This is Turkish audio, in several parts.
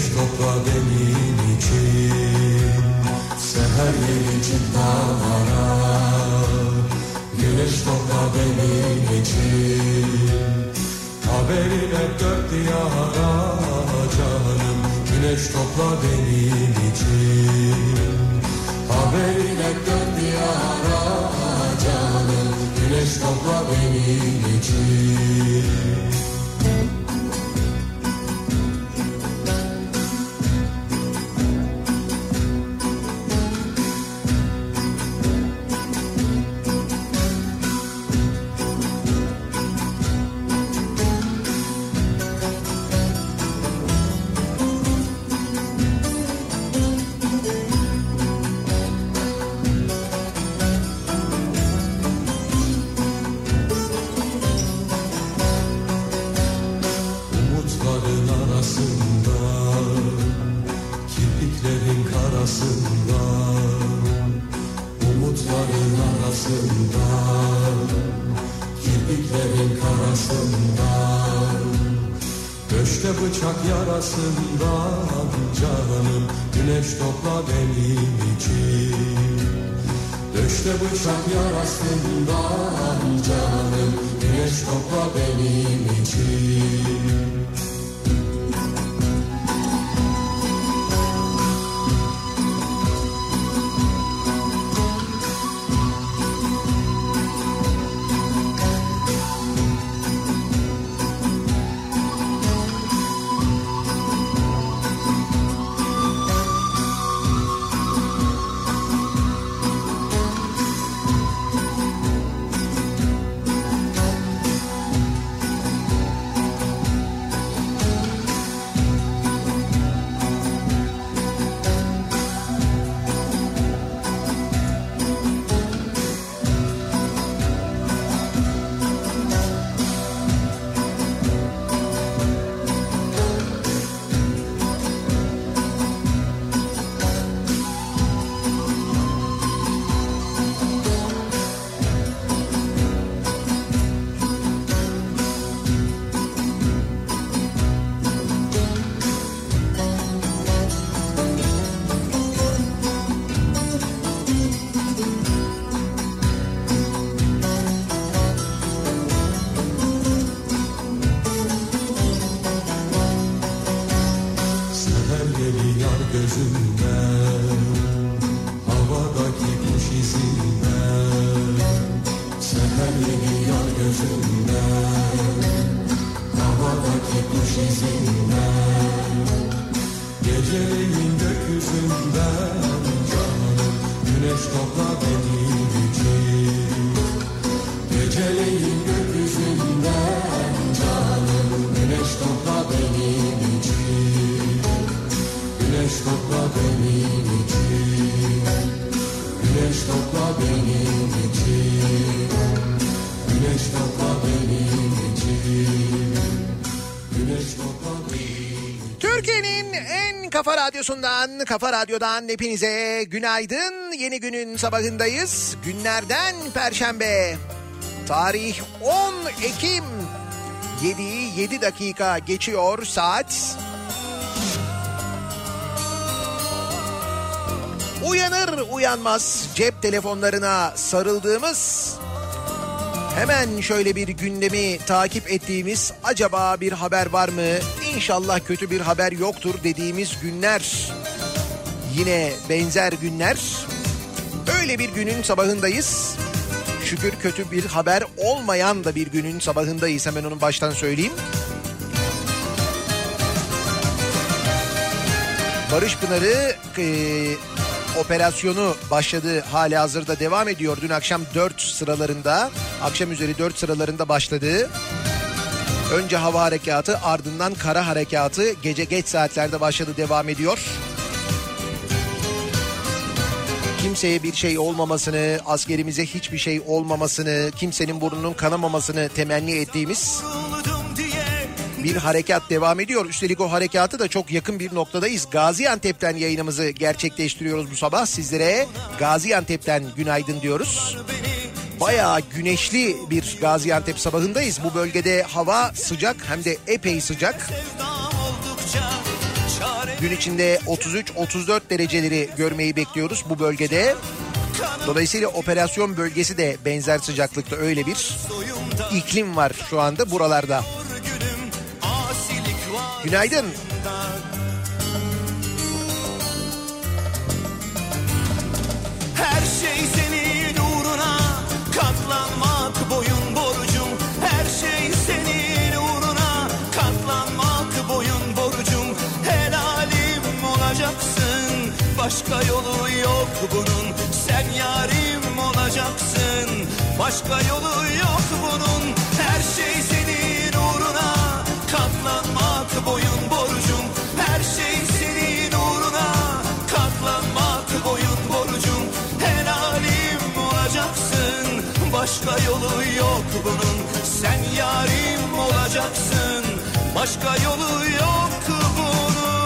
topla benim için. Seher gelince dağlara, güneş topla benim için. Haberin hep dört diyara canım, güneş topla benim için. Haberin hep dört diyara canım, güneş topla benim için. Bıçak yarasından canım, güneş topla benim için. Döşte bıçak yarasından canım, güneş topla benim için. Kafa Radyo'dan hepinize günaydın. Yeni günün sabahındayız. Günlerden Perşembe. Tarih 10 Ekim. 7'yi 7 dakika geçiyor saat. Uyanır uyanmaz cep telefonlarına sarıldığımız, hemen şöyle bir gündemi takip ettiğimiz, acaba bir haber var mı? İnşallah kötü bir haber yoktur dediğimiz günler. Yine benzer günler. Öyle bir günün sabahındayız. Şükür kötü bir haber olmayan da bir günün sabahındayız. Hemen onu baştan söyleyeyim. Barış Pınarı operasyonu başladı, halihazırda devam ediyor. Dün akşam 4 sıralarında, akşam üzeri 4 sıralarında başladı. Önce hava harekatı, ardından kara harekatı gece geç saatlerde başladı, devam ediyor. Kimseye bir şey olmamasını, askerimize hiçbir şey olmamasını, kimsenin burnunun kanamamasını temenni ettiğimiz bir harekat devam ediyor. Üstelik o harekatı da çok yakın bir noktadayız. Gaziantep'ten yayınımızı gerçekleştiriyoruz bu sabah. Sizlere Gaziantep'ten günaydın diyoruz. Bayağı güneşli bir Gaziantep sabahındayız. Bu bölgede hava sıcak, hem de epey sıcak. Gün içinde 33-34 dereceleri görmeyi bekliyoruz bu bölgede. Dolayısıyla operasyon bölgesi de benzer sıcaklıkta, öyle bir iklim var şu anda buralarda. Günaydın. Her şey senin uğruna, katlanmak boyun borcum. Her şey senin uğruna, katlanmak boyun borcum. Helalim olacaksın, başka yolu yok bunun. Sen yarim olacaksın, başka yolu yok bunun. Her şey senin uğruna, katlanmak boyun borcum. Her şey senin uğruna, katlanmak boyun borcum. Helalim olacaksın, başka yolu yok bunun. Sen yarim olacaksın, başka yolu yok bunun.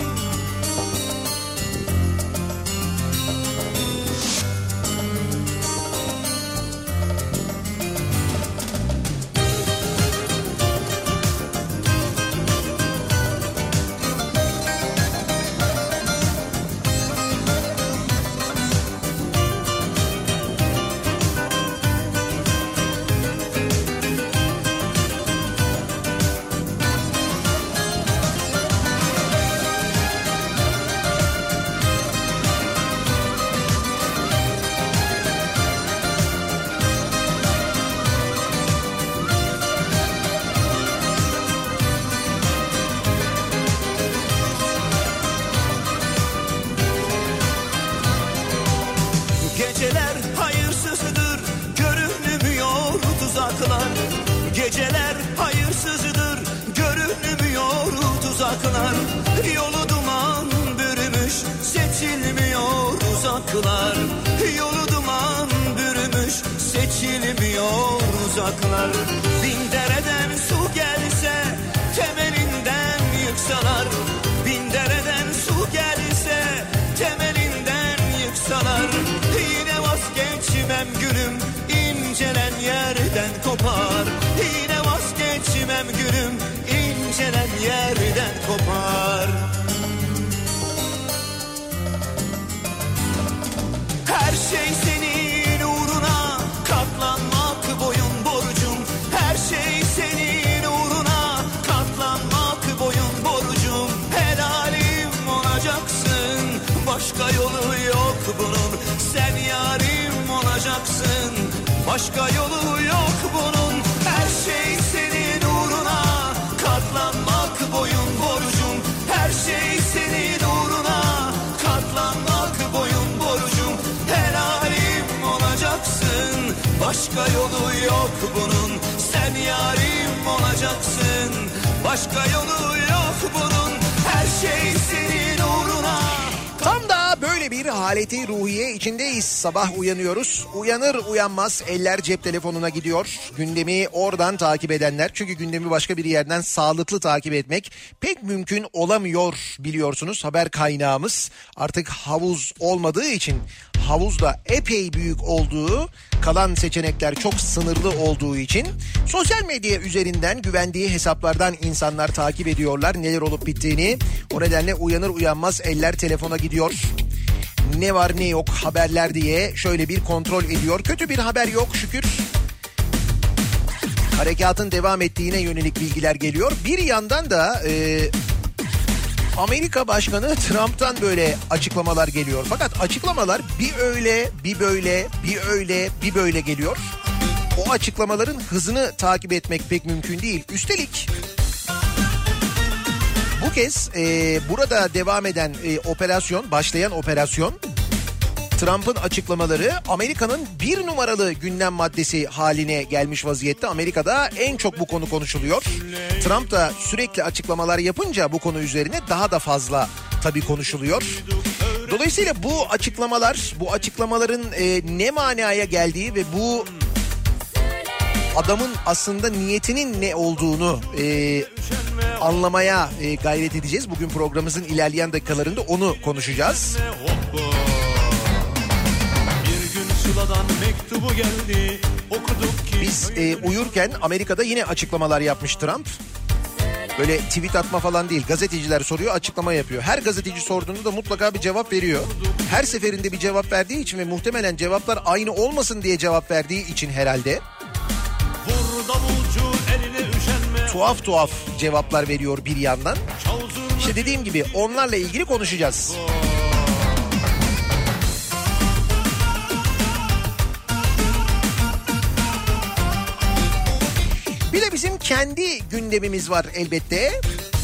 Geceler hayırsızdır, görünmüyor tuzaklar. Geceler hayırsızdır, görünmüyor tuzaklar. Yolu duman bürümüş, seçilmiyor uzaklar. Yolu duman bürümüş, seçilmiyor uzaklar. Bin dereden su gelse, temelinden yıksalar. Bin dereden su gelse, temelinden yıksalar. Yine vazgeçmem gülüm, incelen yerden kopar. Yine vazgeçmem gülüm, incelen yerden kopar. Her şey senin uğruna, katlanmak boyun borcum. Her şey senin uğruna, katlanmak boyun borcum. Helalim olacaksın, başka yolu yok bunun. Sen yarim olacaksın, başka yolu yok bunun. Her şey senin uğruna, katlanmak boyun borcum. Her şey senin uğruna, katlanmak boyun borcum. Helalim olacaksın, başka yolu yok bunun. Sen yarim olacaksın, başka yolu yok bunun. Her şey senin uğruna. Tam da böyle bir haleti ruhiye içindeyiz. Sabah uyanıyoruz. Uyanır uyanmaz eller cep telefonuna gidiyor. Gündemi oradan takip edenler. Çünkü gündemi başka bir yerden sağlıklı takip etmek pek mümkün olamıyor biliyorsunuz. Haber kaynağımız artık havuz olmadığı için, havuz da epey büyük olduğu, kalan seçenekler çok sınırlı olduğu için sosyal medya üzerinden güvendiği hesaplardan insanlar takip ediyorlar neler olup bittiğini. O nedenle uyanır uyanmaz eller telefona gidiyor. Ne var ne yok haberler diye şöyle bir kontrol ediyor. Kötü bir haber yok şükür. Harekatın devam ettiğine yönelik bilgiler geliyor. Bir yandan da Amerika Başkanı Trump'tan böyle açıklamalar geliyor. Fakat açıklamalar bir öyle, bir böyle, bir öyle, bir böyle geliyor. O açıklamaların hızını takip etmek pek mümkün değil. Üstelik bu kez burada devam eden başlayan operasyon, Trump'ın açıklamaları Amerika'nın bir numaralı gündem maddesi haline gelmiş vaziyette. Amerika'da en çok bu konu konuşuluyor. Trump da sürekli açıklamalar yapınca bu konu üzerine daha da fazla tabii konuşuluyor. Dolayısıyla bu açıklamaların ne manaya geldiği ve bu adamın aslında niyetinin ne olduğunu anlamaya gayret edeceğiz. Bugün programımızın ilerleyen dakikalarında onu konuşacağız. Biz uyurken Amerika'da yine açıklamalar yapmış Trump. Böyle tweet atma falan değil. Gazeteciler soruyor, açıklama yapıyor. Her gazeteci sorduğunda da mutlaka bir cevap veriyor. Her seferinde bir cevap verdiği için ve muhtemelen cevaplar aynı olmasın diye cevap verdiği için herhalde tuhaf tuhaf cevaplar veriyor bir yandan. İşte dediğim gibi onlarla ilgili konuşacağız. Bir de bizim kendi gündemimiz var elbette.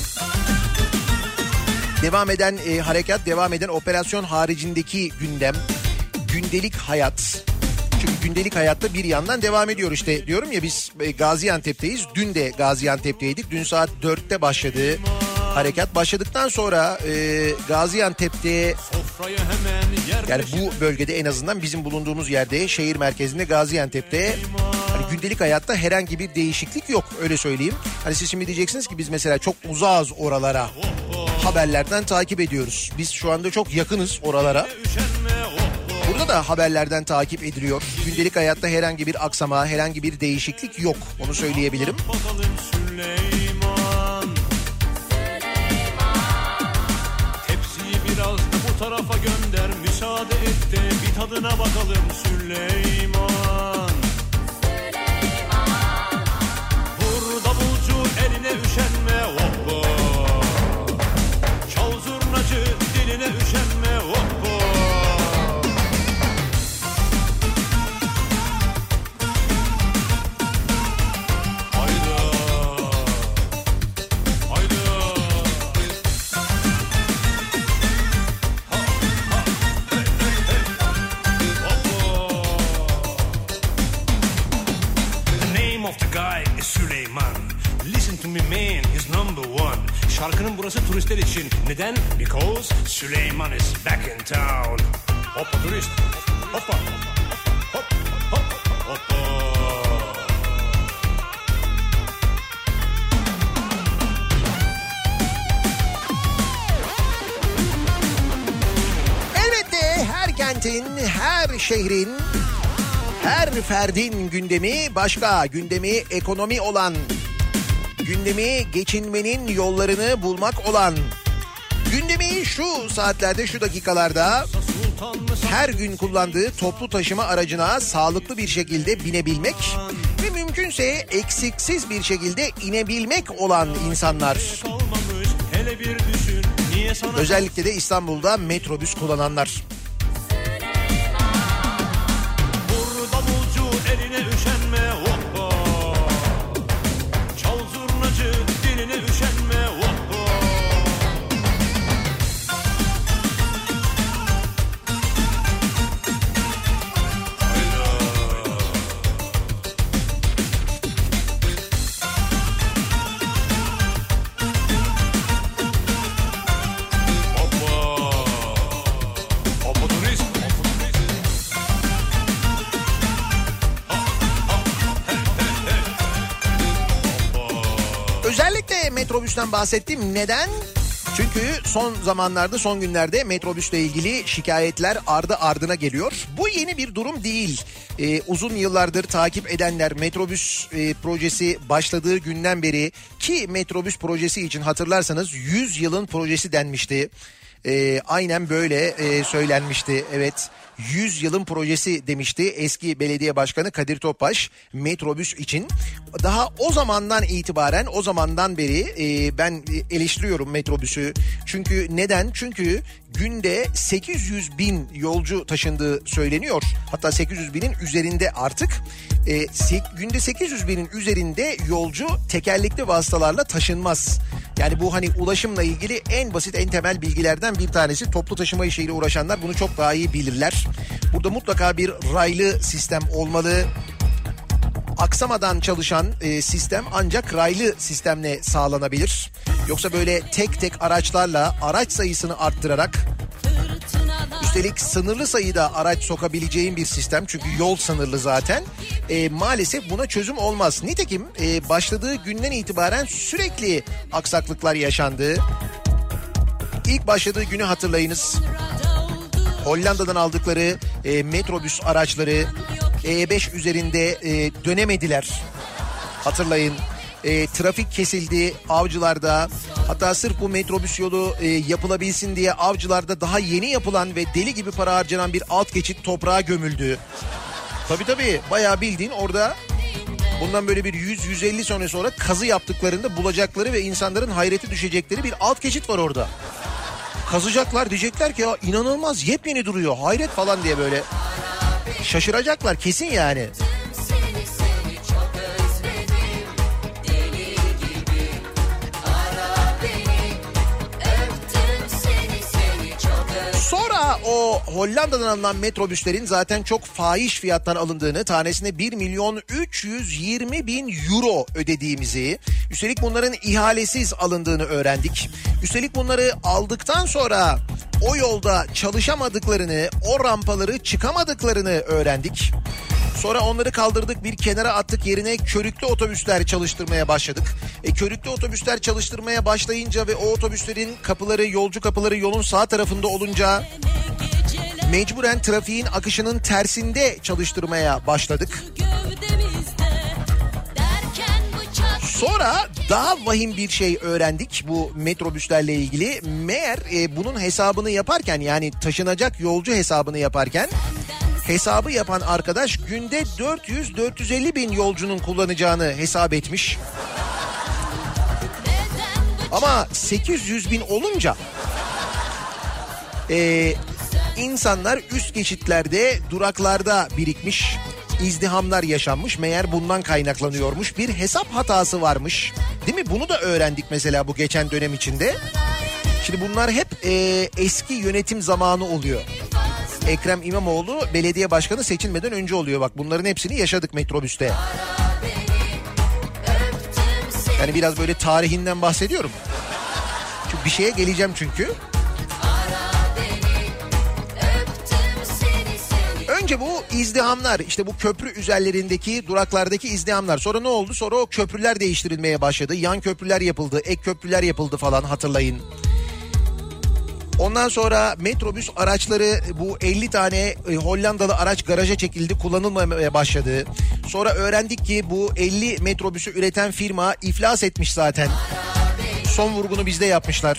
Devam eden harekat, devam eden operasyon haricindeki gündem, gündelik hayat. Çünkü gündelik hayatta bir yandan devam ediyor işte. Diyorum ya biz Gaziantep'teyiz. Dün de Gaziantep'teydik. Dün saat 4'te başladı harekat. Başladıktan sonra Gaziantep'te, yani bu bölgede, en azından bizim bulunduğumuz yerde, şehir merkezinde Gaziantep'te hani gündelik hayatta herhangi bir değişiklik yok, öyle söyleyeyim. Hani siz şimdi diyeceksiniz ki biz mesela çok uzağız oralara, haberlerden takip ediyoruz. Biz şu anda çok yakınız oralara. Burada da haberlerden takip ediliyor. Gündelik hayatta herhangi bir aksama, herhangi bir değişiklik yok. Onu söyleyebilirim. Tepsiyi biraz da bu tarafa gönder. Müsaade et de bir tadına bakalım Süleyman. Vur davulcu eline üşenme. Hoppa. Çal zurnacı diline üşenme. Hoppa. Şarkının burası turistler için. Neden? Because Süleyman is back in town. Hoppa turist. Hoppa. Hop hop hoppa. Elbette her kentin, her şehrin, her ferdin gündemi başka. Gündemi ekonomi olan, gündemi geçinmenin yollarını bulmak olan, gündemi şu saatlerde, şu dakikalarda her gün kullandığı toplu taşıma aracına sağlıklı bir şekilde binebilmek ve mümkünse eksiksiz bir şekilde inebilmek olan insanlar. Özellikle de İstanbul'da metrobüs kullananlar. Metrobüsten bahsettim. Neden? Çünkü son zamanlarda, son günlerde metrobüsle ilgili şikayetler ardı ardına geliyor. Bu yeni bir durum değil. Uzun yıllardır takip edenler, metrobüs projesi başladığı günden beri, ki metrobüs projesi için hatırlarsanız 100 yılın projesi denmişti. Aynen böyle söylenmişti. Evet, 100 yılın projesi demişti eski belediye başkanı Kadir Topbaş metrobüs için. Daha o zamandan itibaren, o zamandan beri ben eleştiriyorum metrobüsü. Çünkü neden? Çünkü günde 800 bin yolcu taşındığı söyleniyor. Hatta 800 binin üzerinde artık. Günde 800 binin üzerinde yolcu tekerlekli vasıtalarla taşınmaz. Yani bu hani ulaşımla ilgili en basit, en temel bilgilerden bir tanesi. Toplu taşıma işiyle uğraşanlar bunu çok daha iyi bilirler. Burada mutlaka bir raylı sistem olmalı. Aksamadan çalışan sistem ancak raylı sistemle sağlanabilir. Yoksa böyle tek tek araçlarla, araç sayısını arttırarak, üstelik sınırlı sayıda araç sokabileceğin bir sistem, çünkü yol sınırlı zaten, maalesef buna çözüm olmaz. Nitekim başladığı günden itibaren sürekli aksaklıklar yaşandı. İlk başladığı günü hatırlayınız. Hollanda'dan aldıkları metrobüs araçları E5 üzerinde dönemediler. Hatırlayın. Trafik kesildi Avcılar'da. Hatta sırf bu metrobüs yolu yapılabilsin diye Avcılar'da daha yeni yapılan ve deli gibi para harcanan bir alt geçit toprağa gömüldü. Tabii bayağı bildiğin orada bundan böyle bir 100-150 sene sonra kazı yaptıklarında bulacakları ve insanların hayrete düşecekleri bir alt geçit var orada. Kazacaklar, diyecekler ki ya inanılmaz yepyeni duruyor, hayret falan diye böyle şaşıracaklar kesin yani. Sonra o Hollanda'dan alınan metrobüslerin zaten çok fahiş fiyattan alındığını, tanesine 1.320.000 euro ödediğimizi, üstelik bunların ihalesiz alındığını öğrendik. Üstelik bunları aldıktan sonra o yolda çalışamadıklarını, o rampaları çıkamadıklarını öğrendik. Sonra onları kaldırdık, bir kenara attık, yerine körüklü otobüsler çalıştırmaya başladık. Körüklü otobüsler çalıştırmaya başlayınca ve o otobüslerin kapıları, yolcu kapıları yolun sağ tarafında olunca mecburen trafiğin akışının tersinde çalıştırmaya başladık. Sonra daha vahim bir şey öğrendik bu metrobüslerle ilgili. Meğer bunun hesabını yaparken, yani taşınacak yolcu hesabını yaparken, hesabı yapan arkadaş günde 400-450 bin yolcunun kullanacağını hesap etmiş. Ama 800 bin olunca insanlar üst geçitlerde, duraklarda birikmiş, izdihamlar yaşanmış. Meğer bundan kaynaklanıyormuş, bir hesap hatası varmış. Değil mi? Bunu da öğrendik mesela bu geçen dönem içinde. Şimdi bunlar hep eski yönetim zamanı oluyor. Ekrem İmamoğlu belediye başkanı seçilmeden önce oluyor. Bak bunların hepsini yaşadık metrobüste. Yani biraz böyle tarihinden bahsediyorum. Çünkü bir şeye geleceğim çünkü. Önce bu izdihamlar, işte bu köprü üzerlerindeki duraklardaki izdihamlar. Sonra ne oldu? Sonra o köprüler değiştirilmeye başladı. Yan köprüler yapıldı, ek köprüler yapıldı falan, hatırlayın. Ondan sonra metrobüs araçları, bu 50 tane Hollandalı araç garaja çekildi, kullanılmamaya başladı. Sonra öğrendik ki bu 50 metrobüsü üreten firma iflas etmiş zaten. Son vurgunu bizde yapmışlar.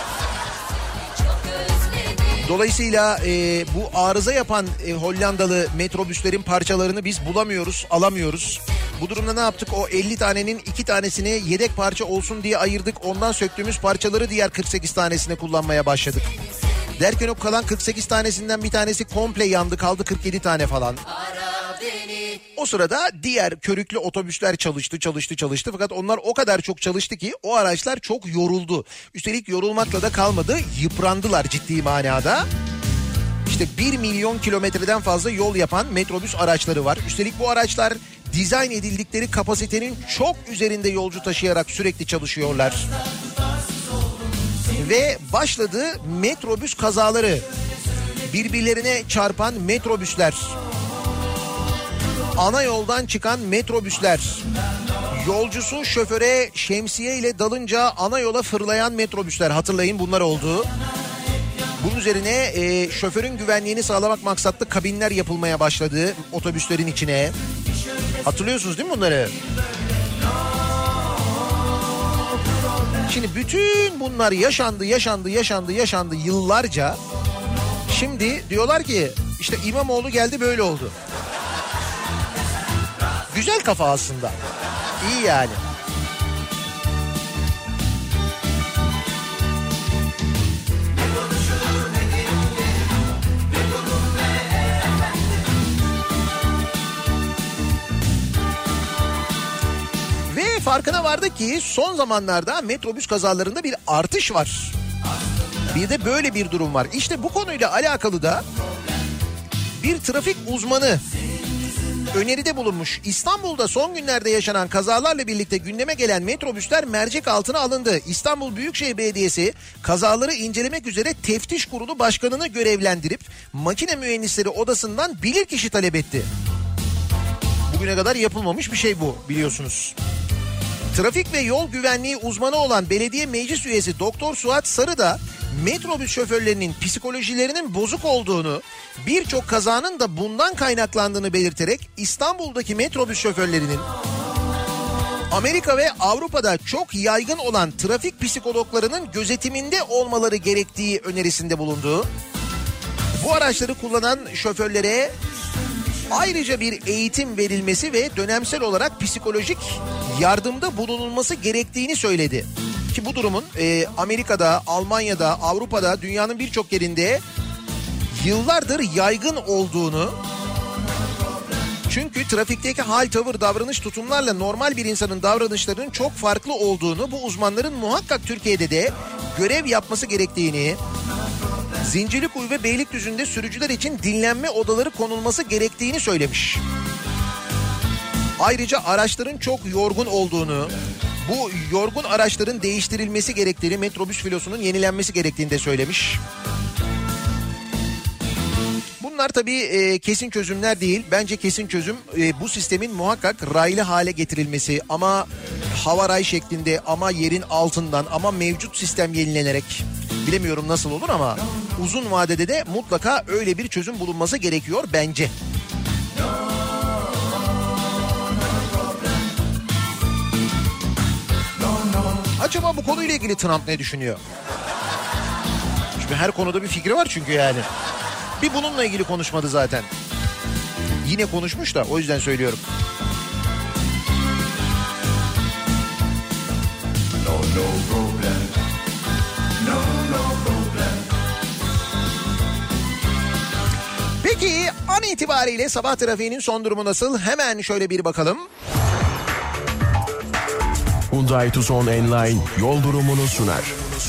Dolayısıyla bu arıza yapan Hollandalı metrobüslerin parçalarını biz bulamıyoruz, alamıyoruz. Bu durumda ne yaptık? O 50 tanenin 2 tanesini yedek parça olsun diye ayırdık. Ondan söktüğümüz parçaları diğer 48 tanesine kullanmaya başladık. Derken o kalan 48 tanesinden bir tanesi komple yandı, kaldı 47 tane falan. O sırada diğer körüklü otobüsler çalıştı. Fakat onlar o kadar çok çalıştı ki o araçlar çok yoruldu. Üstelik yorulmakla da kalmadı, yıprandılar ciddi manada. İşte 1 milyon kilometreden fazla yol yapan metrobüs araçları var. Üstelik bu araçlar dizayn edildikleri kapasitenin çok üzerinde yolcu taşıyarak sürekli çalışıyorlar. Ve başladı metrobüs kazaları. Birbirlerine çarpan metrobüsler. Ana yoldan çıkan metrobüsler. Yolcusu şoföre şemsiye ile dalınca ana yola fırlayan metrobüsler. Hatırlayın, bunlar oldu. Bunun üzerine şoförün güvenliğini sağlamak maksatlı kabinler yapılmaya başladı otobüslerin içine. Hatırlıyorsunuz değil mi bunları? Şimdi bütün bunlar yaşandı yıllarca. Şimdi diyorlar ki işte İmamoğlu geldi, böyle oldu. Güzel kafa aslında. İyi yani. Ve farkına vardık ki son zamanlarda metrobüs kazalarında bir artış var. Bir de böyle bir durum var. İşte bu konuyla alakalı da bir trafik uzmanı öneride bulunmuş. İstanbul'da son günlerde yaşanan kazalarla birlikte gündeme gelen metrobüsler mercek altına alındı. İstanbul Büyükşehir Belediyesi kazaları incelemek üzere teftiş kurulu başkanını görevlendirip makine mühendisleri odasından bilirkişi talep etti. Bugüne kadar yapılmamış bir şey bu, biliyorsunuz. Trafik ve yol güvenliği uzmanı olan belediye meclis üyesi Doktor Suat Sarı da metrobüs şoförlerinin psikolojilerinin bozuk olduğunu, birçok kazanın da bundan kaynaklandığını belirterek İstanbul'daki metrobüs şoförlerinin Amerika ve Avrupa'da çok yaygın olan trafik psikologlarının gözetiminde olmaları gerektiği önerisinde bulundu. Bu araçları kullanan şoförlere ayrıca bir eğitim verilmesi ve dönemsel olarak psikolojik yardımda bulunulması gerektiğini söyledi. Ki bu durumun Amerika'da, Almanya'da, Avrupa'da, dünyanın birçok yerinde yıllardır yaygın olduğunu, çünkü trafikteki hal, tavır, davranış, tutumlarla normal bir insanın davranışlarının çok farklı olduğunu, bu uzmanların muhakkak Türkiye'de de görev yapması gerektiğini, Zincirlikuyu ve Beylikdüzü'nde sürücüler için dinlenme odaları konulması gerektiğini söylemiş. Ayrıca araçların çok yorgun olduğunu, bu yorgun araçların değiştirilmesi gerektiğini, metrobüs filosunun yenilenmesi gerektiğini de söylemiş. Bunlar tabii kesin çözümler değil. Bence kesin çözüm bu sistemin muhakkak raylı hale getirilmesi, ama hava ray şeklinde, ama yerin altından, ama mevcut sistem yenilenerek, bilemiyorum nasıl olur ama uzun vadede de mutlaka öyle bir çözüm bulunması gerekiyor bence. Acaba bu konuyla ilgili Trump ne düşünüyor? Şimdi her konuda bir fikri var çünkü yani. Bir bununla ilgili konuşmadı zaten. Yine konuşmuş da o yüzden söylüyorum. No problem. No problem. Peki an itibariyle sabah trafiğinin son durumu nasıl? Hemen şöyle bir bakalım. Hyundai Tucson Enline yol durumunu sunar.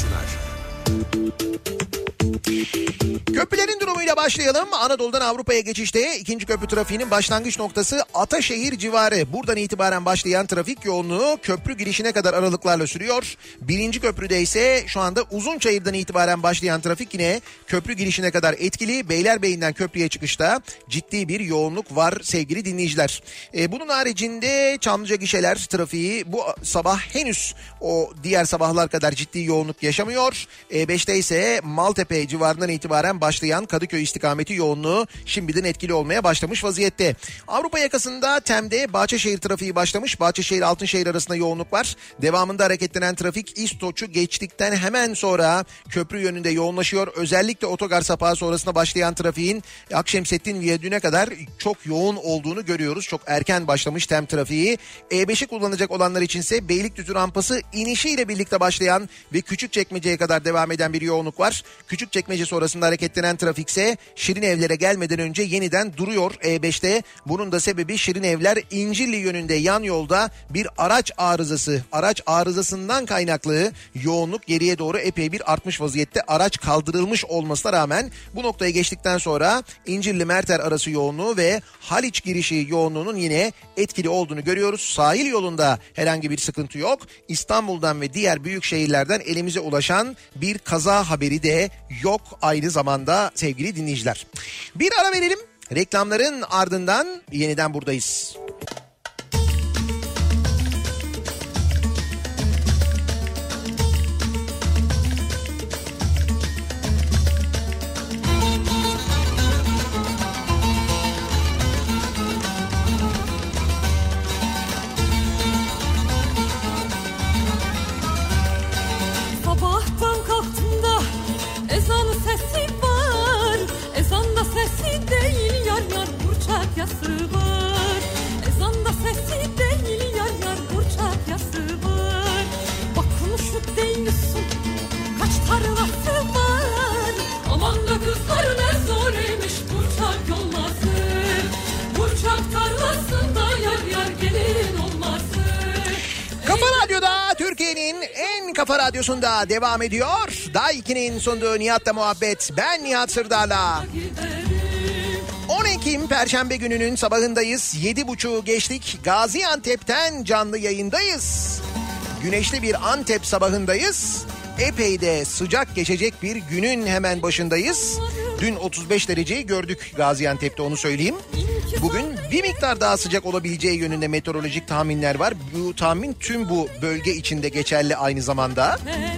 Köprülerin durumuyla başlayalım. Anadolu'dan Avrupa'ya geçişte ikinci köprü trafiğinin başlangıç noktası Ataşehir civarı. Buradan itibaren başlayan trafik yoğunluğu köprü girişine kadar aralıklarla sürüyor. Birinci köprüde ise şu anda Uzunçayır'dan itibaren başlayan trafik yine köprü girişine kadar etkili. Beylerbeyi'nden köprüye çıkışta ciddi bir yoğunluk var sevgili dinleyiciler. Bunun haricinde Çamlıca gişeler trafiği bu sabah henüz o diğer sabahlar kadar ciddi yoğunluk yaşamıyor. E5'te ise Maltepe civarından itibaren başlayan Kadıköy istikameti yoğunluğu şimdiden etkili olmaya başlamış vaziyette. Avrupa yakasında Tem'de Bahçeşehir trafiği başlamış. Bahçeşehir-Altınşehir arasında yoğunluk var. Devamında hareketlenen trafik İstoç'u geçtikten hemen sonra köprü yönünde yoğunlaşıyor. Özellikle otogar sapağı sonrasında başlayan trafiğin Akşemsettin Viyadüğü'ne kadar çok yoğun olduğunu görüyoruz. Çok erken başlamış Tem trafiği. E5'i kullanacak olanlar içinse Beylikdüzü rampası inişiyle birlikte başlayan ve Küçükçekmece'ye kadar devam eden bir yoğunluk var. Küçükçekmece sonrasında hareketlenen trafikse Şirinevler'e gelmeden önce yeniden duruyor E5'te. Bunun da sebebi Şirinevler İncirli yönünde yan yolda bir araç arızası. Araç arızasından kaynaklı yoğunluk geriye doğru epey bir artmış vaziyette. Araç kaldırılmış olmasına rağmen bu noktaya geçtikten sonra İncirli-Merter arası yoğunluğu ve Haliç girişi yoğunluğunun yine etkili olduğunu görüyoruz. Sahil yolunda herhangi bir sıkıntı yok. İstanbul'dan ve diğer büyük şehirlerden elimize ulaşan bir kaza haberi de yok aynı zamanda sevgili dinleyiciler. Bir ara verelim. Reklamların ardından yeniden buradayız. Sabahtan kalktım da ezan sesi var. Ezanda sesi değil yar yar burçak yası var. Ezanda sesi değil yar yar burçak yası var. Bakın şu değilsin kaç tarlası var. Aman da kızlar ne zormuş burçak yolması. Burçak tarlasında yar yar gelin olması. Kafa Radyo'da, Türkiye'nin en kafa radyosunda devam ediyor. Day 2'nin sunduğu Nihat'la muhabbet. Ben Nihat Sırdar'la. 10 Ekim Perşembe gününün sabahındayız. 7.30 geçtik. Gaziantep'ten canlı yayındayız. Güneşli bir Antep sabahındayız. Epey de sıcak geçecek bir günün hemen başındayız. Dün 35 dereceyi gördük Gaziantep'te, onu söyleyeyim. Bugün bir miktar daha sıcak olabileceği yönünde meteorolojik tahminler var. Bu tahmin tüm bu bölge içinde geçerli aynı zamanda.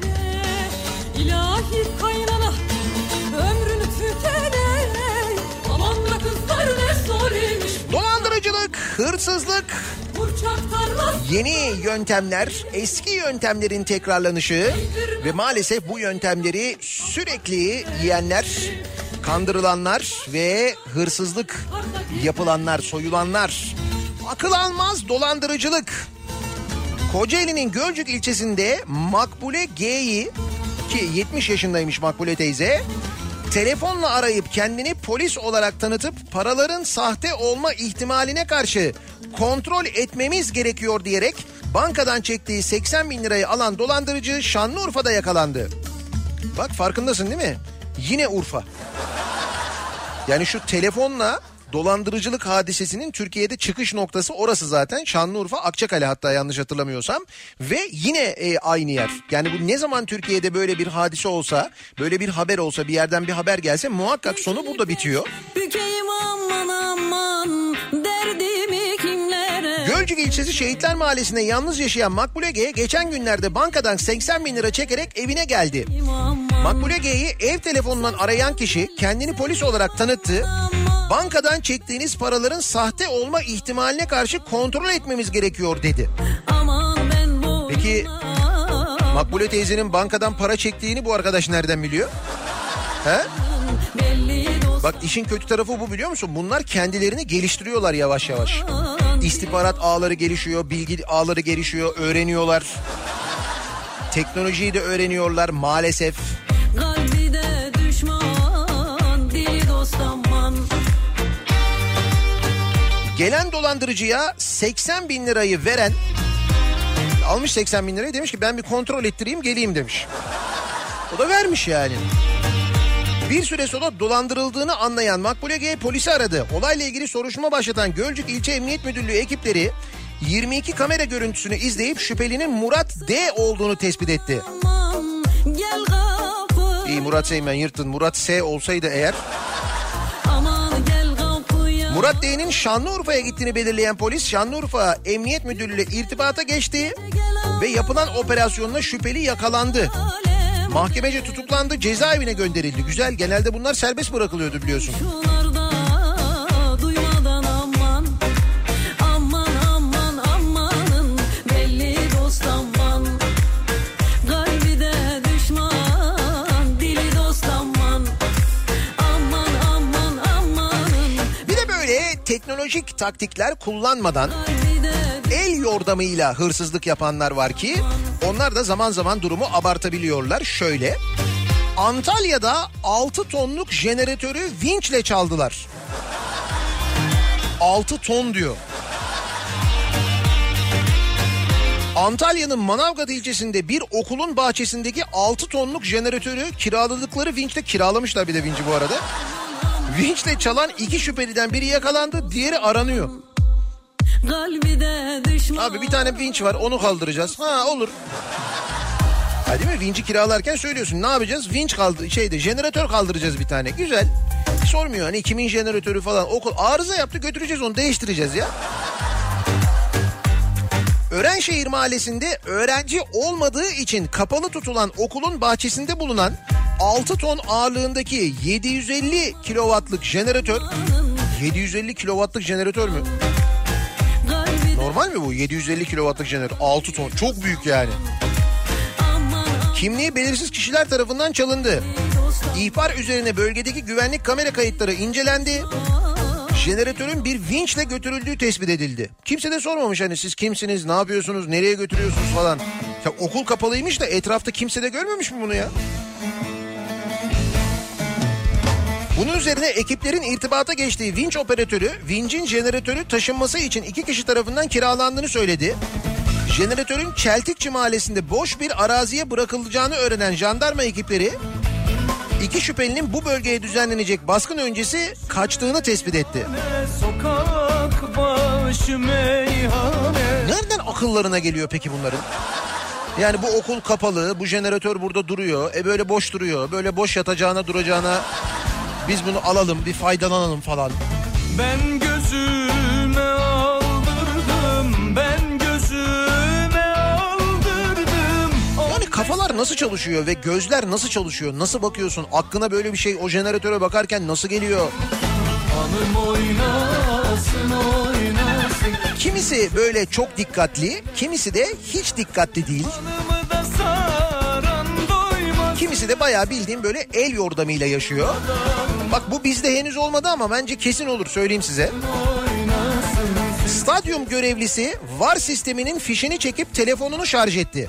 İlahi kaynana ömrünü tükene. Aman da kızlar ne zormuş. Dolandırıcılık, hırsızlık Yeni yöntemler, eski yöntemlerin tekrarlanışı ve maalesef bu yöntemleri sürekli yiyenler, kandırılanlar ve hırsızlık yapılanlar, soyulanlar. Akıl almaz dolandırıcılık. Kocaeli'nin Gölcük ilçesinde Makbule G'yi, ki 70 yaşındaymış Makbule teyze, telefonla arayıp kendini polis olarak tanıtıp paraların sahte olma ihtimaline karşı kontrol etmemiz gerekiyor diyerek bankadan çektiği 80 bin lirayı alan dolandırıcı Şanlıurfa'da yakalandı. Bak farkındasın değil mi? Yine Urfa. Yani şu telefonla dolandırıcılık hadisesinin Türkiye'de çıkış noktası orası zaten. Şanlıurfa, Akçakale hatta yanlış hatırlamıyorsam. Ve yine aynı yer. Yani bu ne zaman Türkiye'de böyle bir hadise olsa, böyle bir haber olsa, bir yerden bir haber gelse muhakkak sonu burada bitiyor. Bükeyim aman aman derdimi kimlere. Gölcük ilçesi Şehitler Mahallesi'nde yalnız yaşayan Makbule G geçen günlerde bankadan 80 bin lira çekerek evine geldi. Makbule G'yi ev telefonundan arayan kişi kendini polis olarak tanıttı. Bankadan çektiğiniz paraların sahte olma ihtimaline karşı kontrol etmemiz gerekiyor dedi. Peki Makbule teyzenin bankadan para çektiğini bu arkadaş nereden biliyor? He? Bak işin kötü tarafı bu, biliyor musun? Bunlar kendilerini geliştiriyorlar yavaş yavaş. İstihbarat ağları gelişiyor, bilgi ağları gelişiyor, öğreniyorlar. Teknolojiyi de öğreniyorlar maalesef. Gelen dolandırıcıya 80 bin lirayı veren, almış 80 bin lirayı, demiş ki ben bir kontrol ettireyim geleyim demiş. O da vermiş yani. Bir süre sonra dolandırıldığını anlayan Makbule G polisi aradı. Olayla ilgili soruşturma başlatan Gölcük İlçe Emniyet Müdürlüğü ekipleri 22 kamera görüntüsünü izleyip şüphelinin Murat D olduğunu tespit etti. İyi, Murat Seymen yırtın. Murat S olsaydı eğer. Murat D'nin Şanlıurfa'ya gittiğini belirleyen polis Şanlıurfa Emniyet Müdürlüğü ile irtibata geçti ve yapılan operasyonla şüpheli yakalandı. Mahkemece tutuklandı, cezaevine gönderildi. Güzel, genelde bunlar serbest bırakılıyordu biliyorsun. Teknolojik taktikler kullanmadan el yordamıyla hırsızlık yapanlar var ki onlar da zaman zaman durumu abartabiliyorlar. Şöyle, Antalya'da 6 tonluk jeneratörü vinçle çaldılar. 6 ton diyor. Antalya'nın Manavgat ilçesinde bir okulun bahçesindeki 6 tonluk jeneratörü kiraladıkları vinçle, kiralamışlar bir de vinci bu arada. Vinçle çalan 2 şüpheliden biri yakalandı, diğeri aranıyor. Abi bir tane vinç var, onu kaldıracağız. Ha olur. Ha, değil mi? Vinci kiralarken söylüyorsun, ne yapacağız? Vinç kaldı, jeneratör kaldıracağız bir tane. Güzel. Sormuyor hani kimin jeneratörü falan. Okul arıza yaptı, götüreceğiz onu, değiştireceğiz ya. Örenşehir Mahallesi'nde öğrenci olmadığı için kapalı tutulan okulun bahçesinde bulunan 6 ton ağırlığındaki 750 kilowattlık jeneratör. 750 kilowattlık jeneratör mü? Normal mi bu? 750 kilowattlık jeneratör. 6 ton. Çok büyük yani. Kimliği belirsiz kişiler tarafından çalındı. İhbar üzerine bölgedeki güvenlik kamera kayıtları incelendi. Jeneratörün bir vinçle götürüldüğü tespit edildi. Kimse de sormamış hani siz kimsiniz, ne yapıyorsunuz, nereye götürüyorsunuz falan. Ya okul kapalıymış da etrafta kimse de görmemiş mi bunu ya? Bunun üzerine ekiplerin irtibata geçtiği vinç operatörü, vincin jeneratörü taşınması için 2 kişi tarafından kiralandığını söyledi. Jeneratörün Çeltikçi Mahallesi'nde boş bir araziye bırakılacağını öğrenen jandarma ekipleri 2 şüphelinin bu bölgeye düzenlenecek baskın öncesi kaçtığını tespit etti. Nereden akıllarına geliyor peki bunların? Yani bu okul kapalı, bu jeneratör burada duruyor, böyle boş duruyor, böyle boş yatacağına duracağına biz bunu alalım, bir faydalanalım falan. Ben gözüme aldırdım, ben gözüme aldırdım. Yani kafalar nasıl çalışıyor ve gözler nasıl çalışıyor, nasıl bakıyorsun? Aklına böyle bir şey o jeneratöre bakarken nasıl geliyor? Hanım oynasın oynasın. Kimisi böyle çok dikkatli, kimisi de hiç dikkatli değil. Kimisi de bayağı bildiğim böyle el yordamıyla yaşıyor. Bak bu bizde henüz olmadı ama bence kesin olur, söyleyeyim size. Stadyum görevlisi VAR sisteminin fişini çekip telefonunu şarj etti.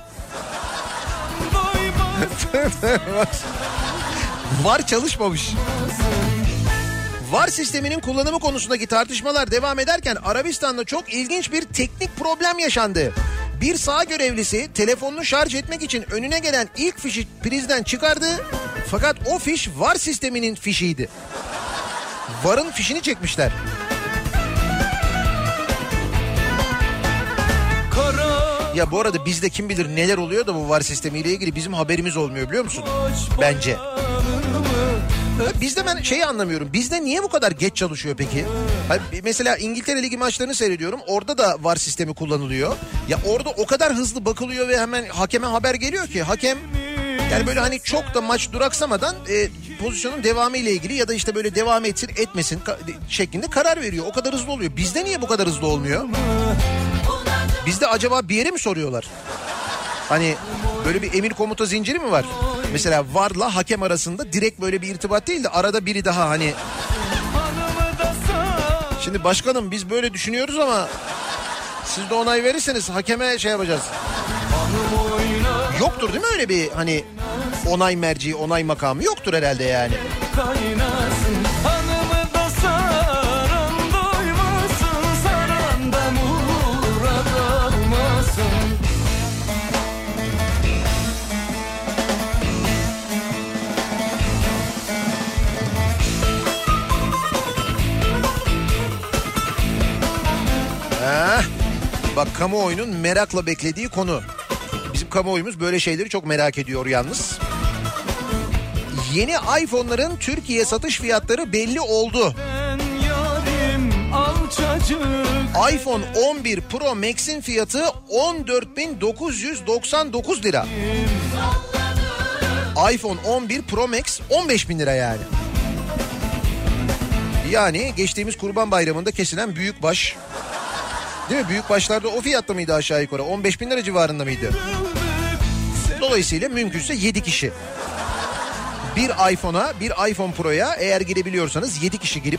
VAR çalışmamış. VAR sisteminin kullanımı konusundaki tartışmalar devam ederken Arabistan'da çok ilginç bir teknik problem yaşandı. Bir saha görevlisi telefonunu şarj etmek için önüne gelen ilk fişi prizden çıkardı. Fakat o fiş VAR sisteminin fişiydi. VAR'ın fişini çekmişler. Ya bu arada bizde kim bilir neler oluyor da bu VAR sistemiyle ilgili bizim haberimiz olmuyor, biliyor musun? Bence. Bizde ben şeyi anlamıyorum. Bizde niye bu kadar geç çalışıyor peki? Mesela İngiltere Ligi maçlarını seyrediyorum. Orada da VAR sistemi kullanılıyor. Ya orada o kadar hızlı bakılıyor ve hemen hakeme haber geliyor ki hakem yani böyle hani çok da maç duraksamadan pozisyonun devamı ile ilgili ya da işte böyle devam etsin etmesin şeklinde karar veriyor. O kadar hızlı oluyor. Bizde niye bu kadar hızlı olmuyor? Bizde acaba bir yere mi soruyorlar? Hani böyle bir emir komuta zinciri mi var? Mesela VAR'la hakem arasında direkt böyle bir irtibat değil de arada biri daha hani. Şimdi başkanım biz böyle düşünüyoruz ama siz de onay verirseniz hakeme şey yapacağız. Yoktur değil mi öyle bir hani onay merci, onay makamı yoktur herhalde yani. Bak kamuoyunun merakla beklediği konu. Bizim kamuoyumuz böyle şeyleri çok merak ediyor yalnız. Yeni iPhone'ların Türkiye satış fiyatları belli oldu. iPhone 11 Pro Max'in fiyatı 14.999 lira. iPhone 11 Pro Max 15.000 lira yani. Yani geçtiğimiz Kurban Bayramı'nda kesilen büyükbaş. Değil mi? Büyükbaşlarda o fiyatta mıydı aşağı yukarı? 15.000 lira civarında mıydı? Dolayısıyla mümkünse 7 kişi. Bir iPhone'a, bir iPhone Pro'ya eğer girebiliyorsanız 7 kişi girip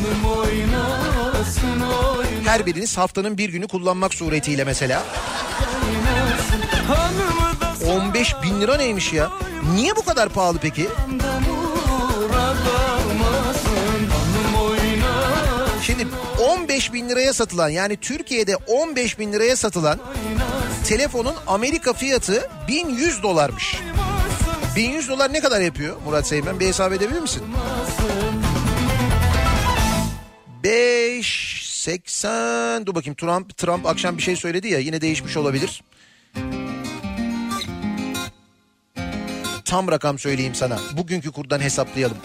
her biriniz haftanın bir günü kullanmak suretiyle mesela. 15.000 lira neymiş ya? Niye bu kadar pahalı peki? Şimdi 15.000 liraya satılan yani Türkiye'de 15.000 liraya satılan telefonun Amerika fiyatı 1100 dolarmış. 1100 dolar ne kadar yapıyor Murat Seymen? Bir hesap edebilir misin? 5.80 dur bakayım Trump akşam bir şey söyledi ya yine değişmiş olabilir. Tam rakam söyleyeyim sana. Bugünkü kurdan hesaplayalım.